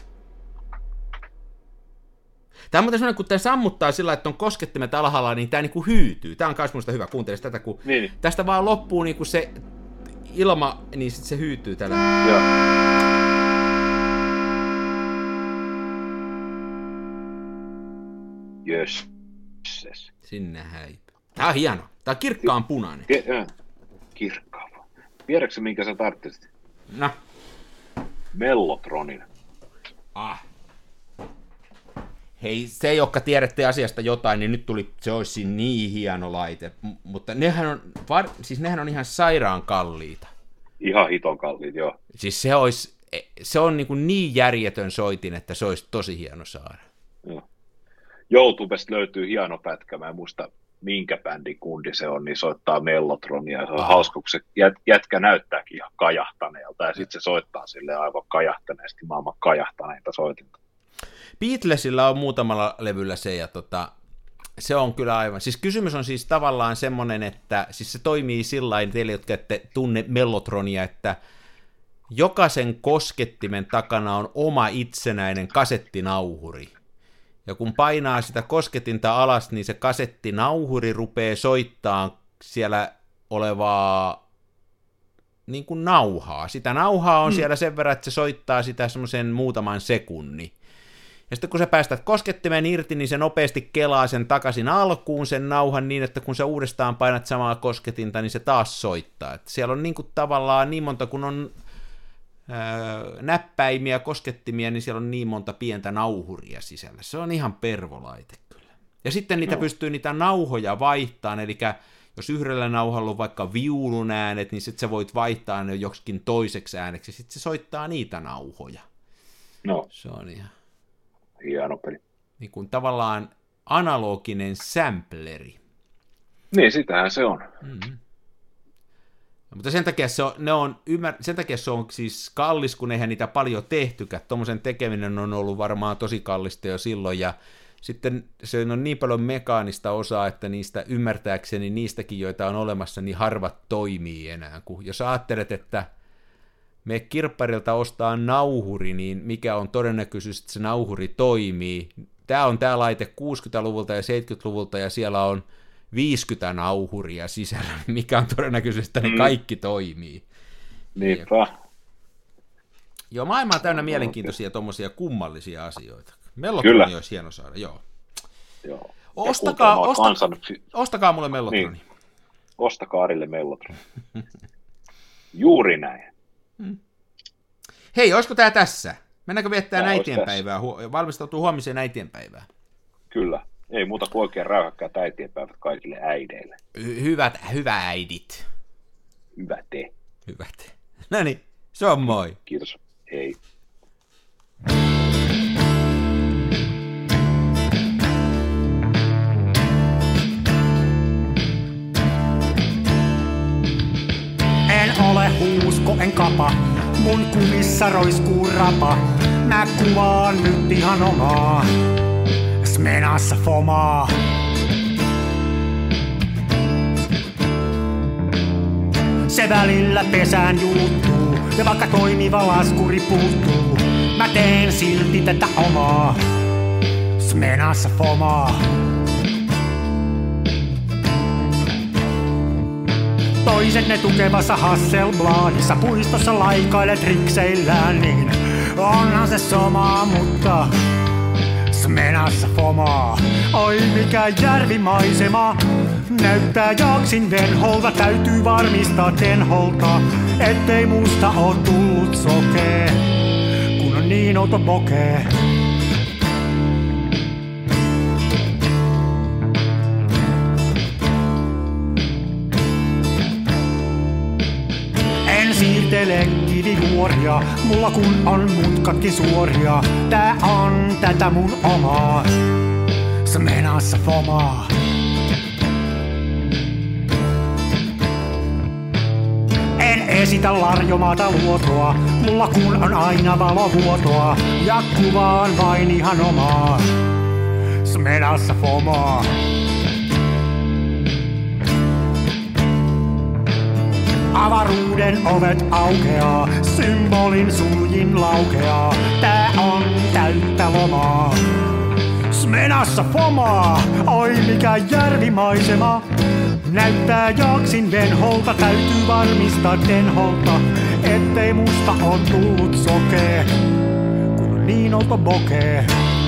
B: Tämä on muuten sellainen, kun tämä sammuttaa sillä, että on koskettimet alhaalla, niin tämä niin kuin hyytyy. Tämä on myös minusta hyvä, kuuntele tätä, kun
C: niin.
B: Tästä vaan loppuu niin kuin se ilma, niin sitten se hyytyy tällä.
C: Joo. Jösses.
B: Sinne häipy. Tämä on hieno. Tämä on kirkkaan punainen.
C: Ke- kirkkaan. Tiedätkö minkä sä tarvitsit?
B: No.
C: Mellotronin.
B: Ah. Hei, se, jotka tiedätte asiasta jotain, niin nyt tuli, se olisi niin hieno laite. M- mutta nehän on, var, siis nehän on ihan sairaan kalliita.
C: Ihan hiton kalliit, joo.
B: Siis se olisi, se on niin, kuin niin järjetön soitin, että se olisi tosi hieno saada.
C: Joo. YouTubesta löytyy hieno pätkä, mä en muista minkä bändin kundi se on, niin soittaa Mellotronia, ja se on ah. hauska, kun se jät, jätkä näyttääkin ihan kajahtaneelta, ja sitten se soittaa silleen aivan kajahtaneesti, maailman kajahtaneita soitinta.
B: Beatlesilla on muutamalla levyllä se, ja tota, se on kyllä aivan, siis kysymys on siis tavallaan semmoinen, että siis se toimii sillain teille, jotka ette tunne Mellotronia, että jokaisen koskettimen takana on oma itsenäinen kasettinauhuri. Ja kun painaa sitä kosketinta alas, niin se kasettinauhuri rupeaa soittaa siellä olevaa niin kuin nauhaa. Sitä nauhaa on mm. siellä sen verran, että se soittaa sitä semmoisen muutaman sekunnin. Ja sitten kun sä päästät koskettimen irti, niin se nopeasti kelaa sen takaisin alkuun sen nauhan niin, että kun sä uudestaan painat samaa kosketinta, niin se taas soittaa. Että siellä on niin kuin tavallaan niin monta, kun on Öö, näppäimiä, koskettimia, niin siellä on niin monta pientä nauhuria sisällä. Se on ihan pervolaite kyllä. Ja sitten niitä no. pystyy niitä nauhoja vaihtamaan, eli jos yhdellä nauhalla on vaikka viulun äänet, niin sitten sä voit vaihtaa ne joksikin toiseksi ääneksi, ja sitten se soittaa niitä nauhoja.
C: No.
B: Se on ihan
C: hieno peli.
B: Niin kuin tavallaan analoginen sampleri.
C: Niin, sitähän se on.
B: Mm-hmm. Mutta sen takia, se on, ne on, ymmär, sen takia se on siis kallis, kun eihän niitä paljon tehtykään. Tuommoisen tekeminen on ollut varmaan tosi kallista jo silloin, ja sitten se on niin paljon mekaanista osaa, että niistä ymmärtääkseni niistäkin, joita on olemassa, niin harvat toimii enää. Kun jos ajattelet, että me kirpparilta ostaa nauhuri, niin mikä on todennäköisyys, että se nauhuri toimii? Tämä on tämä laite kuusikymmentäluvulta ja seitsemänkymmentäluvulta, ja siellä on viisikymmentä nauhuria sisällä, mikä on todennäköisesti, että ne mm. kaikki toimii.
C: Niinpä.
B: Joo, maailma on täynnä no, mielenkiintoisia tuommoisia kummallisia asioita. Mellotroni olisi hieno saada, joo.
C: joo.
B: Ostakaa, osta,
C: kansan...
B: ostakaa mulle Mellotroni. Niin.
C: Ostakaa Arille Mellotroni. Juuri näin.
B: Hmm. Hei, olisiko tämä tässä? Mennäänkö viettää äitienpäivää? Hu- valmistautuu huomiseen äitienpäivään.
C: Kyllä. Ei muuta kuin oikein räyhäkkäät äitienpäivät kaikille äideille.
B: Hy- hyvät, hyvä äidit.
C: Hyvä te.
B: Hyvä te. No niin, se on moi.
C: Kiitos. Hei.
A: En ole huusko, en kapa, mun kumissa roiskuu rapa. Mä kuvaan nyt ihan omaa, Smenassa fomaa. Se välillä pesään juuttuu, ja vaikka toimiva laskuri puuttuu, mä teen silti tätä omaa, Smenassa fomaa. Toiset ne tukevassa Hasselbladissa puistossa laikailet rikseillään, niin onhan se somaa, mutta Smenassa fomaa. Oi mikä järvimaisema, näyttää jaksin venholta, täytyy varmistaa tenholta, ettei musta oo tullut sokee, kun on niin outo bokee. Siirtele kivijuoria, mulla kun on mutkatkin suoria. Tää on tätä mun omaa, Smenassa fomaa. En esitä larjomaata luotoa, mulla kun on aina valovuotoa. Ja kuvaan vain ihan omaa, Smenassa fomaa. Avaruuden ovet aukeaa, symbolin suljin laukeaa. Tää on täyttä lomaa, Smenassa fomaa, oi mikä järvimaisema. Näyttää Jaaksin venholta, täytyy varmistaa denholta, ettei musta on tullut sokee, kun on niin olto bokee.